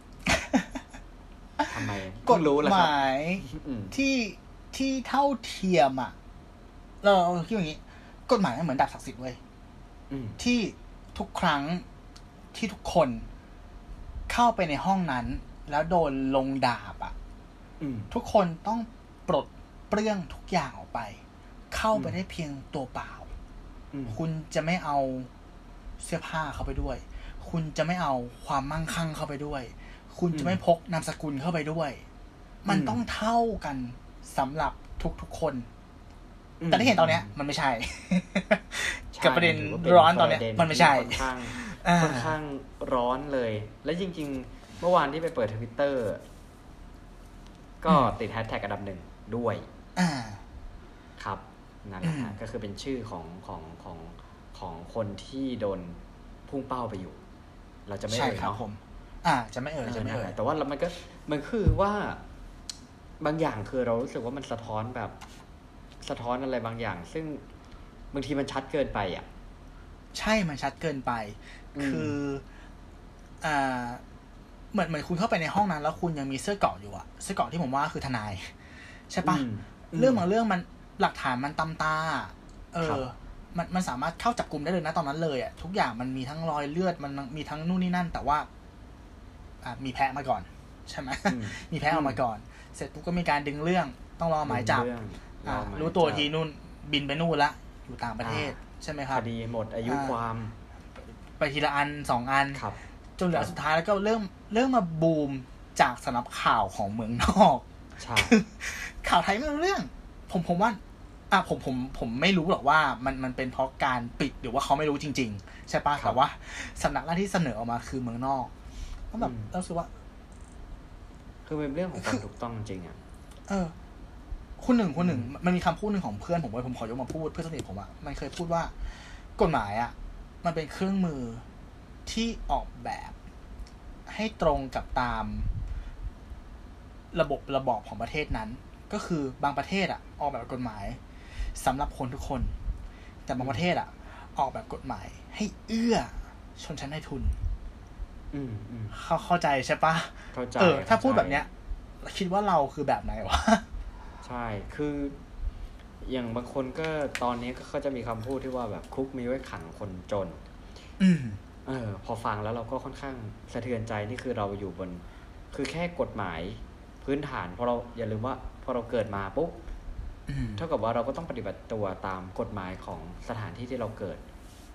Speaker 2: ทำไม
Speaker 1: กฎหมายที่ที่เท่าเทียมอ่ะเราคิดอย่างนี้กฎหมายเหมือนดาบศักดิ์สิทธิ์เว้ยที่ทุกครั้งที่ทุกคนเข้าไปในห้องนั้นแล้วโดนลงดาบอ่ะทุกคนต้องปลดเปลื้องทุกอย่างออกไปเข้าไปได้เพียงตัวเปล่าคุณจะไม่เอาเสื้อผ้าเข้าไปด้วยคุณจะไม่เอาความมั่งคั่งเข้าไปด้วยคุณจะไม่พกนามสกุลเข้าไปด้วยมันต้องเท่ากันสำหรับทุกๆคนแต่ที่เห็นตอนเนี้ยมันไม่ใช่กับประเด็นร้อนตอนเนี้ยมันไม่ใช่
Speaker 2: ค่อนข้างค่อนข้างร้อนเลยและจริงๆเมื่อวานที่ไปเปิด Twitter ก็ติดแฮชแท็กอันดับหนึ่งด้วยครับนั่นแหละฮะก็คือเป็นชื่อของของของของคนที่โดนพุ่งเป้าไปอยู่เราจะไม่เอ่ยเนาะ
Speaker 1: อ่าจะไม่เอ่ยจะไม่เอ่ย
Speaker 2: แต่ว่ามันก็มันคือว่าบางอย่างคือเรารู้สึกว่ามันสะท้อนแบบสะท้อนอะไรบางอย่างซึ่งบางทีมันชัดเกินไปอ่ะ
Speaker 1: ใช่มันชัดเกินไปคืออ่าเหมือนเหมือนคุณเข้าไปในห้องนั้นแล้วคุณยังมีเสื้อเกราะอยู่อ่ะเสื้อเกราะที่ผมว่าคือทนายใช่ปะเรื่องบางเรื่องมันหลักฐานมันตำตาเออมันมันสามารถเข้าจับกุมได้เลยนะตอนนั้นเลยอ่ะทุกอย่างมันมีทั้งรอยเลือดมันมีทั้งนู่นนี่นั่นแต่ว่าอ่ะมีแพ้มาก่อนใช่ไหมมีแพ้ออกมาก่อนเสร็จปุ๊บก็มีการดึงเรื่องต้องรอหมายจับอ่ารู้ตัวทีนู่นบินไปนู่นละอยู่ต่างประเทศใช่ไหมครับ
Speaker 2: คดีหมดอายุความ
Speaker 1: ไปทีละอันสองอันจนเหลือสุดท้ายแล้วก็เริ่มเริ่มมาบูมจากสำนักข่าวของเมืองนอกข่าวไทยไม่รู้เรื่องผมผมว่าอ่ะผมผมผมไม่รู้หรอกว่ามันมันเป็นเพราะการปิดหรือว่าเขาไม่รู้จริงๆใช่ปะแต่ว่าสำนักแรกที่เสนอออกมาคือเมืองนอกก็แบบรู้สึกว่า
Speaker 2: คือเป็นเรื่องของความถูกต้องจริงอ่ะ
Speaker 1: เออคุณหนึ่งคุณหนึ่งมันมีคำพูดหนึ่งของเพื่อนผมไว้ผมขอยกมาพูดเพื่อนสนิทผมอ่ะมันเคยพูดว่ากฎหมายอ่ะมันเป็นเครื่องมือที่ออกแบบให้ตรงกับตามระบบระบอบของประเทศนั้นก็คือบางประเทศอ่ะออกแบบกฎหมายสำหรับคนทุกคนแต่บางประเทศอ่ะออกแบบกฎหมายให้เอื้อชนชั้นนายทุน
Speaker 2: อืมอืม
Speaker 1: เข้าเข้าใจใช่ปะ
Speaker 2: เข้าใจ
Speaker 1: เออถ้าพูดแบบเนี้ยคิดว่าเราคือแบบไหนวะ
Speaker 2: ใช่คืออย่างบางคนก็ตอนนี้ก็จะมีคำพูดที่ว่าแบบคุกมีไว้ขังคนจน
Speaker 1: อืม
Speaker 2: เออพอฟังแล้วเราก็ค่อนข้างสะเทือนใจนี่คือเราอยู่บนคือแค่กฎหมายพื้นฐานพอเราอย่าลืมว่าพอเราเกิดมาปุ๊บเท่ากับว่าเราก็ต้องปฏิบัติตัวตามกฎหมายของสถานที่ที่เราเกิด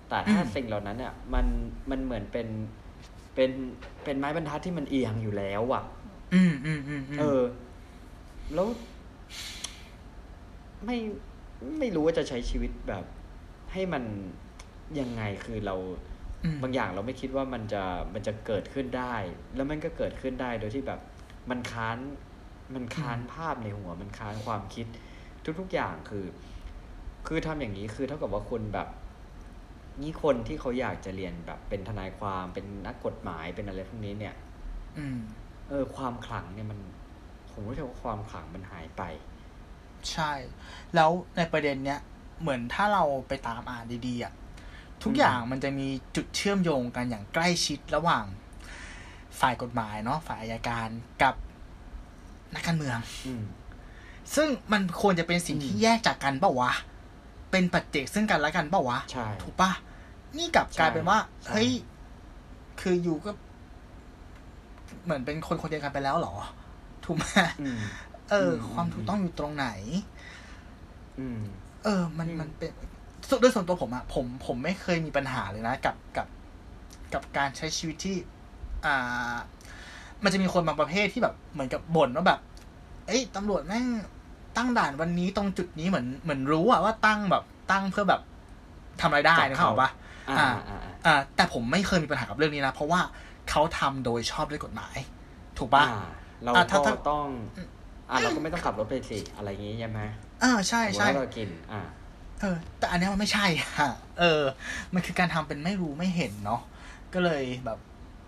Speaker 2: แต่ถ้าสิ่งเหล่านั้นเนี่ยมันมันเหมือนเป็นเป็นเป็นไม้บรรทัดที่มันเอียงอยู่แล้วอ่ะ
Speaker 1: อืมอืมอืม
Speaker 2: เออแล้วไม่ไม่รู้ว่าจะใช้ชีวิตแบบให้มันยังไงคือเราบางอย่างเราไม่คิดว่ามันจะมันจะเกิดขึ้นได้แล้วมันก็เกิดขึ้นได้โดยที่แบบมันค้านมันค้านภาพในหัวมันค้านความคิดทุกๆอย่างคือคือทำอย่างนี้คือเท่ากับว่าคุณแบบนี่คนที่เขาอยากจะเรียนแบบเป็นทนายความเป็นนักกฎหมายเป็นอะไรพวกนี้เนี่ยเออความขลังเนี่ยมันผมรู้สึกว่าความขลังมันหายไป
Speaker 1: ใช่แล้วในประเด็นเนี้ยเหมือนถ้าเราไปตามอ่านดีๆอ่ะทุกอย่างมันจะมีจุดเชื่อมโยงกันอย่างใกล้ชิดระหว่างฝ่ายกฎหมายเนาะฝ่ายอัยการกับนักการเมืองซึ่งมันควรจะเป็นสิ่งที่แยกจากกันเปล่าวะเป็นปัจเจกซึ่งกันและกันเปล่าวะถูกปะนี่กลับกลายเป็นว่าเฮ้ยคืออยู่ก็เหมือนเป็นคนคนเดียวกันไปแล้วหรอถูกไหมเออความถูกต้องอยู่ตรงไหนเออมันมันเป็นด้วยส่วนตัวผมอะผมผมไม่เคยมีปัญหาเลยนะกับกับกับการใช้ชีวิตที่อ่ามันจะมีคนบางประเภทที่แบบเหมือนกับบ่นว่าแบบเอ้ยตำรวจแม่งตั้งด่านวันนี้ตรงจุดนี้เหมือนเหมือนรู้อะว่าตั้งแบบตั้งเพื่อแบบทำอะไรได้นะครับป่ะอ่าอ่าแต่ผมไม่เคยมีปัญหากับเรื่องนี้นะเพราะว่าเขาทำโดยชอบด้วยกฎหมายถูกป่ะ
Speaker 2: เราก็ต้องอ่าเราก็ไม่ต้องขับรถไปสิอะไรอย่างงี้ใช่ไหม
Speaker 1: อ่าใช่ใช่
Speaker 2: เรากินอ่า
Speaker 1: เออแต่อันนี้มันไม่ใช่ฮะเออมันคือการทำเป็นไม่รู้ไม่เห็นเนาะก็เลยแบบ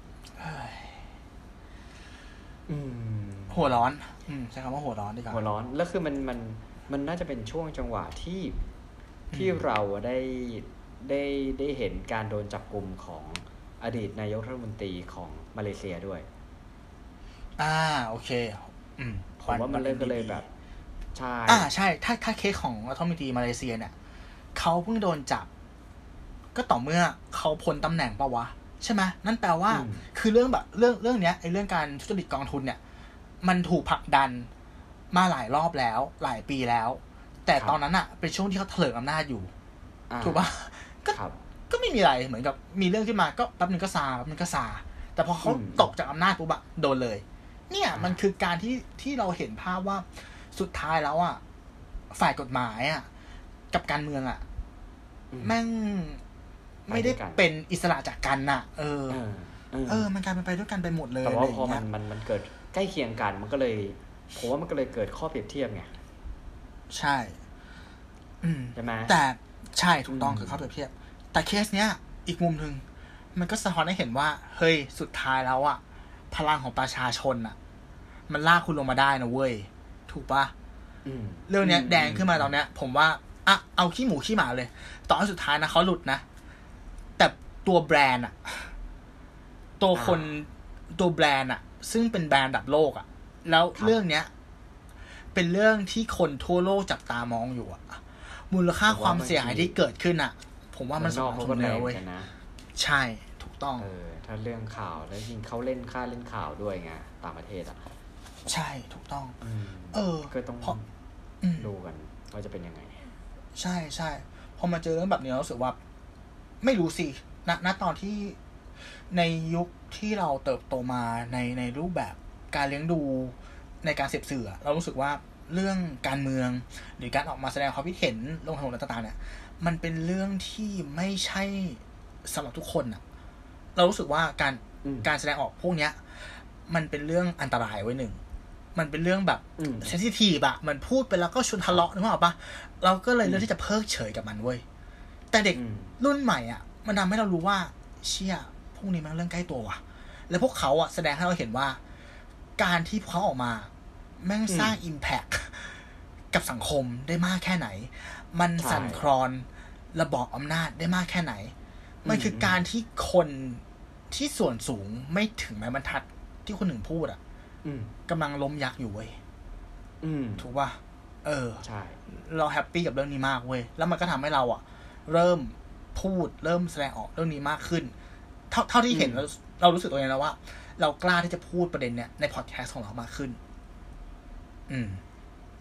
Speaker 1: หัวร้อนอืมใช้คำว่าหัวร้อนดีกว่า
Speaker 2: หัวร้อนแล้วคือมันมันมันน่าจะเป็นช่วงจังหวะที่ที่เราได้ได้ได้เห็นการโดนจับกุมของอดีตนายกรัฐมนตรีของมาเลเซียด้วย
Speaker 1: อ่าโอเคอืม
Speaker 2: ผมว่ามันเลยก็เลยแบบใช่
Speaker 1: อ่าใช่ถ้าถ้าเคสของรัฐมนตรีมาเลเซียเนี่ยเขาเพิ่งโดนจับก็ต่อเมื่อเขาพ้นตำแหน่งป่าววะใช่ไหมนั่นแปลว่าคือเรื่องแบบเรื่องเรื่องเนี้ยไอ้เรื่องการทุจริตกองทุนเนี่ยมันถูกผลักดันมาหลายรอบแล้วหลายปีแล้วแต่ตอนนั้นอ่ะเป็นช่วงที่เขาเถลิงอำนาจอยู่ถูกป่ะก็ก็ไม่มีอะไรเหมือนกับมีเรื่องขึ้นมาก็แป๊บนึงก็ซาแป๊บนึงก็ซาแต่พอเขาตกจากอำนาจปุ๊บอะโดนเลยเนี่ยมันคือการที่ที่เราเห็นภาพว่าสุดท้ายแล้วอ่ะฝ่ายกฎหมายอ่ะกับการเมืองอ่ะแม่งไม่ได้เป็นอิสระจากกันน่ะเออเออมันกลายเป็นไปด้วยกันไปหมดเลย
Speaker 2: แต่ว่าพอมันมันมันเกิดใกล้เคียงกันมันก็เลยผมว่ามันก็เลยเกิดข้อเปรียบเทียบไง
Speaker 1: ใช่อืม
Speaker 2: ใช่ไหม
Speaker 1: แต่ใช่ถูกต้องคือข้อเปรียบเทียบแต่เคสเนี้ยอีกมุมนึงมันก็สะท้อนให้เห็นว่าเฮ้ยสุดท้ายแล้วอ่ะพลังของประชาชนอ่ะมันลากคุณลงมาได้นะเว้ยถูกปะเรื่องเนี้ยแดงขึ้นมาตอนเนี้ยผมว่าอ่ะเอาขี้หมูขี้หมาเลยตอนสุดท้ายนะเขาหลุดนะแต่ตัวแบรนด์อะตัวคนตัวแบรนด์อะซึ่งเป็นแบรนด์ระดับโลกอะแล้วเรื่องเนี้ยเป็นเรื่องที่คนทั่วโลกจับตามองอยู่อะมูลค่าความเสียหายที่เกิดขึ้นอะผมว่ามันสมควรแล้วเว้ยใช่ถูกต้อง
Speaker 2: เออถ้าเรื่องข่าวแล้วจริงเขาเล่นค่าเล่นข่าวด้วยไงต่างประเทศอะ
Speaker 1: ใช่ถูกต้องเออ
Speaker 2: ก็ต้องดูกันว่าจะเป็นยังไง
Speaker 1: ใช่ใช่พอมาเจอเรื่องแบบนี้เรารู้สึกว่าไม่รู้สิณณตอนที่ในยุคที่เราเติบโตมาในในรูปแบบการเลี้ยงดูในการเสพสื่อเรารู้สึกว่าเรื่องการเมืองหรือการออกมาแสดงความคิดเห็นลงถนนต่างๆเนี่ยมันเป็นเรื่องที่ไม่ใช่สำหรับทุกคนอ่ะเรารู้สึกว่าการการแสดงออกพวกเนี้ยมันเป็นเรื่องอันตรายไว้หนึ่งมันเป็นเรื่องแบบเซนซิทีฟอะมันพูดไปแล้วก็ชวนทะเลาะนึกออกปะเราก็เลยเลือกที่จะเพิกเฉยกับมันเว้ยแต่เด็กรุ่นใหม่อะมันทำให้เรารู้ว่าเชี่ยพวกนี้มันเรื่องใกล้ตัวว่ะแล้วพวกเขาอะแสดงให้เราเห็นว่าการที่เขาออกมาแม่งสร้างอิมแพคกับสังคมได้มากแค่ไหนมันสั่นคลอนระบอบอำนาจได้มากแค่ไหนมันคือการที่คนที่ส่วนสูงไม่ถึงแม้บรรทัดที่คนหนึ่งพูดอะกำลังล้มยักษ์อยู่เว้ยถูกป่ะเออใช่เราแฮปปี้กับเรื่องนี้มากเว้ยแล้วมันก็ทำให้เราอ่ะเริ่มพูดเริ่มแสดงออกเรื่องนี้มากขึ้นเท่าเท่าที่เห็นเราเรารู้สึกตัวเองแล้วว่าเรากล้าที่จะพูดประเด็นเนี้ยในพอดแคสต์ของเรามากขึ้นอืม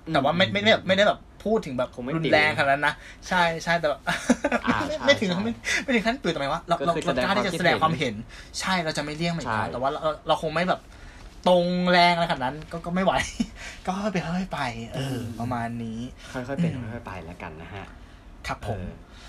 Speaker 1: แต่ว่าไม่ไม่ได้แบบไม่ได้แบบพูดถึงแบบรุนแรงขนาดนั้นนะใช่ใช่แต่แบบไม่ถึงไม่ไม่ถึงขั้นตื่นทำไมวะเราเราเรากล้าที่จะแสดงความเห็นใช่เราจะไม่เลี่ยงเหมือนกันแต่ว่าเราเราคงไม่แบบตรงแรงอะไรขนาดนั้นก็ก็ไม่ไหวก็ค่อยไปค่อยไปเออประมาณนี้
Speaker 2: ค่อยๆเป็นค่อยๆไปแล้วกันนะฮะ
Speaker 1: ครับผม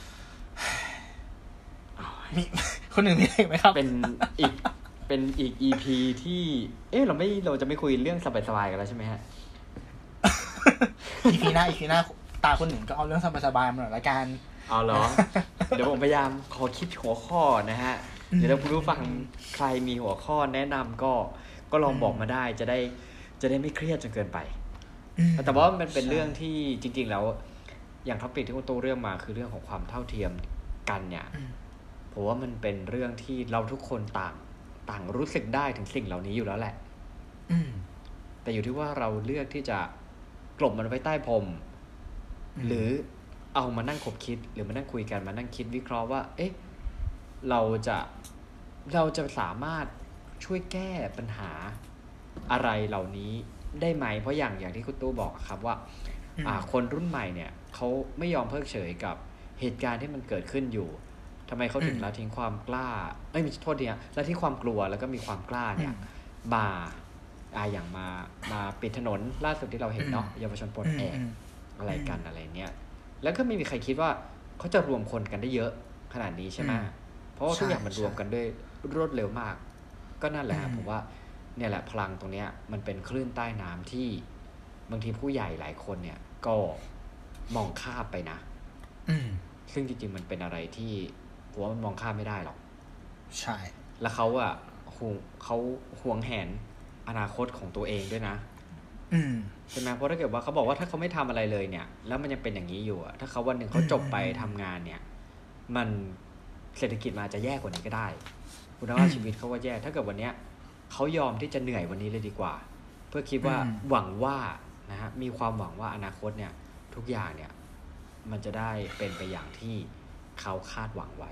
Speaker 1: มีคนหนึ่งมีอะไรไหมครับ
Speaker 2: เป็นอีกเป็นอีก อี พี ที่เอ๊ะเราไม่เราจะไม่คุยเรื่องสบายๆกันแล้วใช่ไหมฮะ
Speaker 1: อี พี หน้า อี พี หน้าตาคนหนึ่งก็เอาเรื่องสบายๆมาหน่อยละกัน
Speaker 2: เอาเหรอ เดี๋ยวผมพยายามขอคิดหัวข้อนะฮะเดี๋ยวถ้าคุณผู้ฟังใครมีหัวข้อแนะนำก็ก็ลองบอกมาได้จะได้จะได้ไม่เครียดจนเกินไปแต่ว่ามันเป็นเรื่องที่จริงๆแล้วอย่างท็อปิกที่คุณตู้เรื่องมาคือเรื่องของความเท่าเทียมกันเนี่ยผมว่ามันเป็นเรื่องที่เราทุกคนต่างต่างรู้สึกได้ถึงสิ่งเหล่านี้อยู่แล้วแหละแต่อยู่ที่ว่าเราเลือกที่จะกลบมันไว้ใต้พรมหรือเอามานั่งคบคิดหรือมานั่งคุยกันมานั่งคิดวิเคราะห์ว่าเอ๊ะเราจะเราจะสามารถช่วยแก้ปัญหาอะไรเหล่านี้ได้ไหมเพราะอย่างอย่างที่คุณตู้บอกครับว่าอ่าคนรุ่นใหม่เนี่ยเขาไม่ยอมเพิกเฉยกับเหตุการณ์ที่มันเกิดขึ้นอยู่ทำไมเขาถึงละทิ้งความกล้าเอ้ยโทษทีนะละทิ้งความกลัวแล้วก็มีความกล้าเนี่ยมาอ่าอย่างมามาปิดถนนล่าสุดที่เราเห็นเนาะเยาวชนปลดแอกอะไรกันอะไรเนี้ยแล้วก็ไม่มีใครคิดว่าเขาจะรวมคนกันได้เยอะขนาดนี้ใช่ไหมเพราะว่าทุกอย่างมันรวมกันด้วยรวดเร็วมากก็นั่นแหละผมว่าเนี่ยแหละพลังตรงเนี้ยมันเป็นคลื่นใต้น้ำที่บางทีผู้ใหญ่หลายคนเนี่ยก็มองข้ามไปนะซึ่งจริงๆมันเป็นอะไรที่ผมว่ามันมองข้ามไม่ได้หรอก
Speaker 1: ใช่
Speaker 2: แล้วเขาอ่ะห่วงเขาห่วงแหนอนาคตของตัวเองด้วยนะใช่ไหมเพราะถ้าเกิดว่าเขาบอกว่าถ้าเขาไม่ทำอะไรเลยเนี่ยแล้วมันยังเป็นอย่างนี้อยู่ถ้าเขาวันหนึ่งเขาจบไปทำงานเนี่ยมันเศรษฐกิจมาจะแย่กว่านี้ก็ได้คุณภาพชีวิตเขาก็แย่ถ้าเกิดวันเนี้ยเขายอมที่จะเหนื่อยวันนี้เลยดีกว่าเพื่อคิดว่าหวังว่านะฮะมีความหวังว่าอนาคตเนี่ยทุกอย่างเนี่ยมันจะได้เป็นไปอย่างที่เขาคาดหวังไว้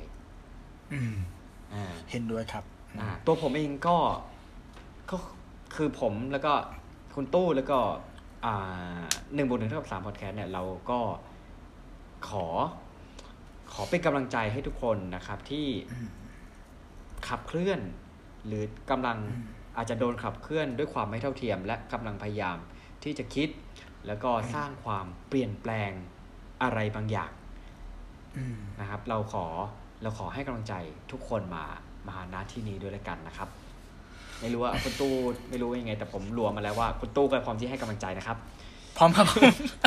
Speaker 1: เห็นด้วยครับ
Speaker 2: ตัวผมเองก็ก็คือผมแล้วก็คุณตู้แล้วก็หนึ่งบวกหนึ่งเท่ากับสามพอดแคสต์เนี่ยเราก็ขอขอเป็นกำลังใจให้ทุกคนนะครับที่ขับเคลื่อนหรือกำลังอาจจะโดนขับเคลื่อนด้วยความไม่เท่าเทียมและกำลังพยายามที่จะคิดแล้วก็สร้างความเปลี่ยนแปลงอะไรบางอย่างนะครับเราขอเราขอให้กำลังใจทุกคนมามาณที่นี้ด้วยแล้วกันนะครับไม่รู้ว่าคุณตู้ไม่รู้ยังไงแต่ผมรวมมาแล้วว่าคุณตู้ก็พร้อมที่ให้กำลังใจนะครับ
Speaker 1: พร้อมครับ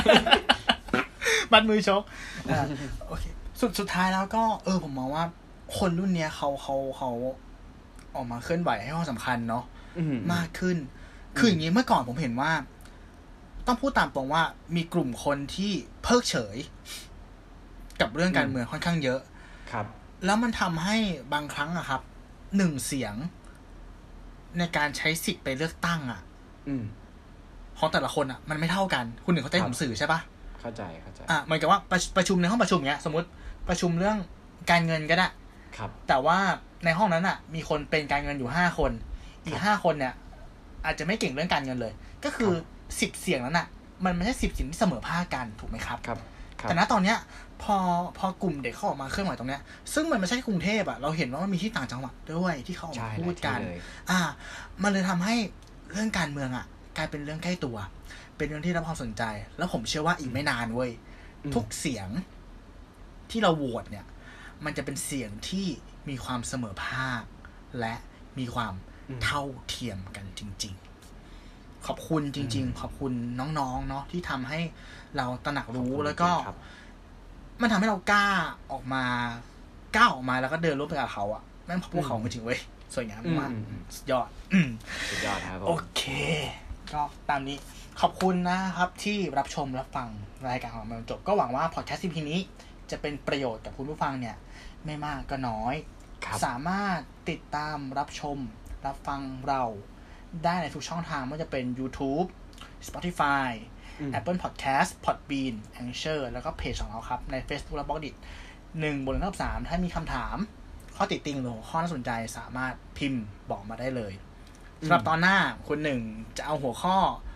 Speaker 1: บัดมือชกโอเคสุดสุดท้ายแล้วก็เออผมมองว่าคนรุ่นเนี้ยเขาเขาเขาออกมาเคลื่อนไหวให้ความสำคัญเนาะมากขึ้นคืออย่างนี้เมื่อก่อนผมเห็นว่าต้องพูดตามตรงว่ามีกลุ่มคนที่เพิกเฉยกับเรื่องการเมืองค่อนข้างเยอะ
Speaker 2: ครับ
Speaker 1: แล้วมันทำให้บางครั้งอะครับหนึ่งเสียงในการใช้สิทธิ์ไปเลือกตั้งอะของแต่ละคนอะมันไม่เท่ากันคุณหนึ่งเขาได้ผมสื่อใช่ปะ
Speaker 2: เข้าใจเข้าใจ
Speaker 1: อ่ะเหมือนกับว่าประประชุมในห้องประชุมเงี้ยสมมติประชุมเรื่องการเงินก็ได้
Speaker 2: ครับ
Speaker 1: แต่ว่าในห้องนั้นอะมีคนเป็นการเงินอยู่ห้าคนอีกห้าคนเนี่ยอาจจะไม่เก่งเรื่องการเงินเลยก็คือสิบเสียงนั้นอะมันไม่ใช่สิบเสียงที่เสมอภาคกันถูกไหมครับ
Speaker 2: ครับ
Speaker 1: แต่ณตอนเนี้ยพอพอกลุ่มเด็กเขาออกมาเคลื่อนไหวตรงเนี้ยซึ่งมันไม่ใช่กรุงเทพอะเราเห็นว่ามันมีที่ต่างจังหวัดด้วยที่เขาออกมาพูดกันอ่ามันเลยทำให้เรื่องการเมืองอะกลายเป็นเรื่องใกล้ตัวเป็นเรื่องที่รับความสนใจแล้วผมเชื่อว่าอีกไม่นานเว้ยทุกเสียงที่เราโหวตเนี่ยมันจะเป็นเสียงที่มีความเสมอภาคและมีความเท่าเทียมกันจริงๆขอบคุณจริงๆขอบคุณน้องๆเนาะที่ทำให้เราตระหนักรู้แล้วก็มันทำให้เรากล้าออกมาก้าวออกมาแล้วก็เดินร่วมไปกับเขาอ่ะแม่งพวกเขาจริงๆเว้ยสวยงามมากสุดยอด
Speaker 2: สุดยอดครับ
Speaker 1: โอเคก็ตามนี้ขอบคุณนะครับที่รับชมรับฟังรายการของเราจบก็หวังว่าพอดแคสต์ อี พี นี้จะเป็นประโยชน์กับคุณผู้ฟังเนี่ยไม่มากก็น้อยสามารถติดตามรับชมรับฟังเราได้ในทุกช่องทางไม่ว่าจะเป็น YouTube Spotify Apple Podcast Podbean Anchor แล้วก็เพจของเราครับใน Facebook และ Blogdit หนึ่งบนหนึ่งทับสามถ้ามีคำถามข้อติติงหรือข้อน่าสนใจสามารถพิมพ์บอกมาได้เลยสำหรับตอนหน้าคุณหนึ่งจะเอาหัวข้อ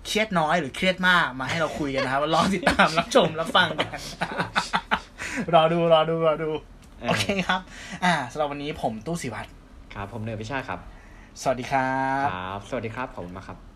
Speaker 1: เครียดน้อยหรือเครียดมากมาให้เราคุยกันนะครับรอติดตามรับชมรับฟังกันรอดูรอดูรอดูโอเคครับอ่าสำหรับวันนี้ผมตู้ศิวัตร
Speaker 2: ครับผมเนยพิชาครับ
Speaker 1: สวัสดีครับ
Speaker 2: ครับสวัสดีครับขอบคุณมากครับ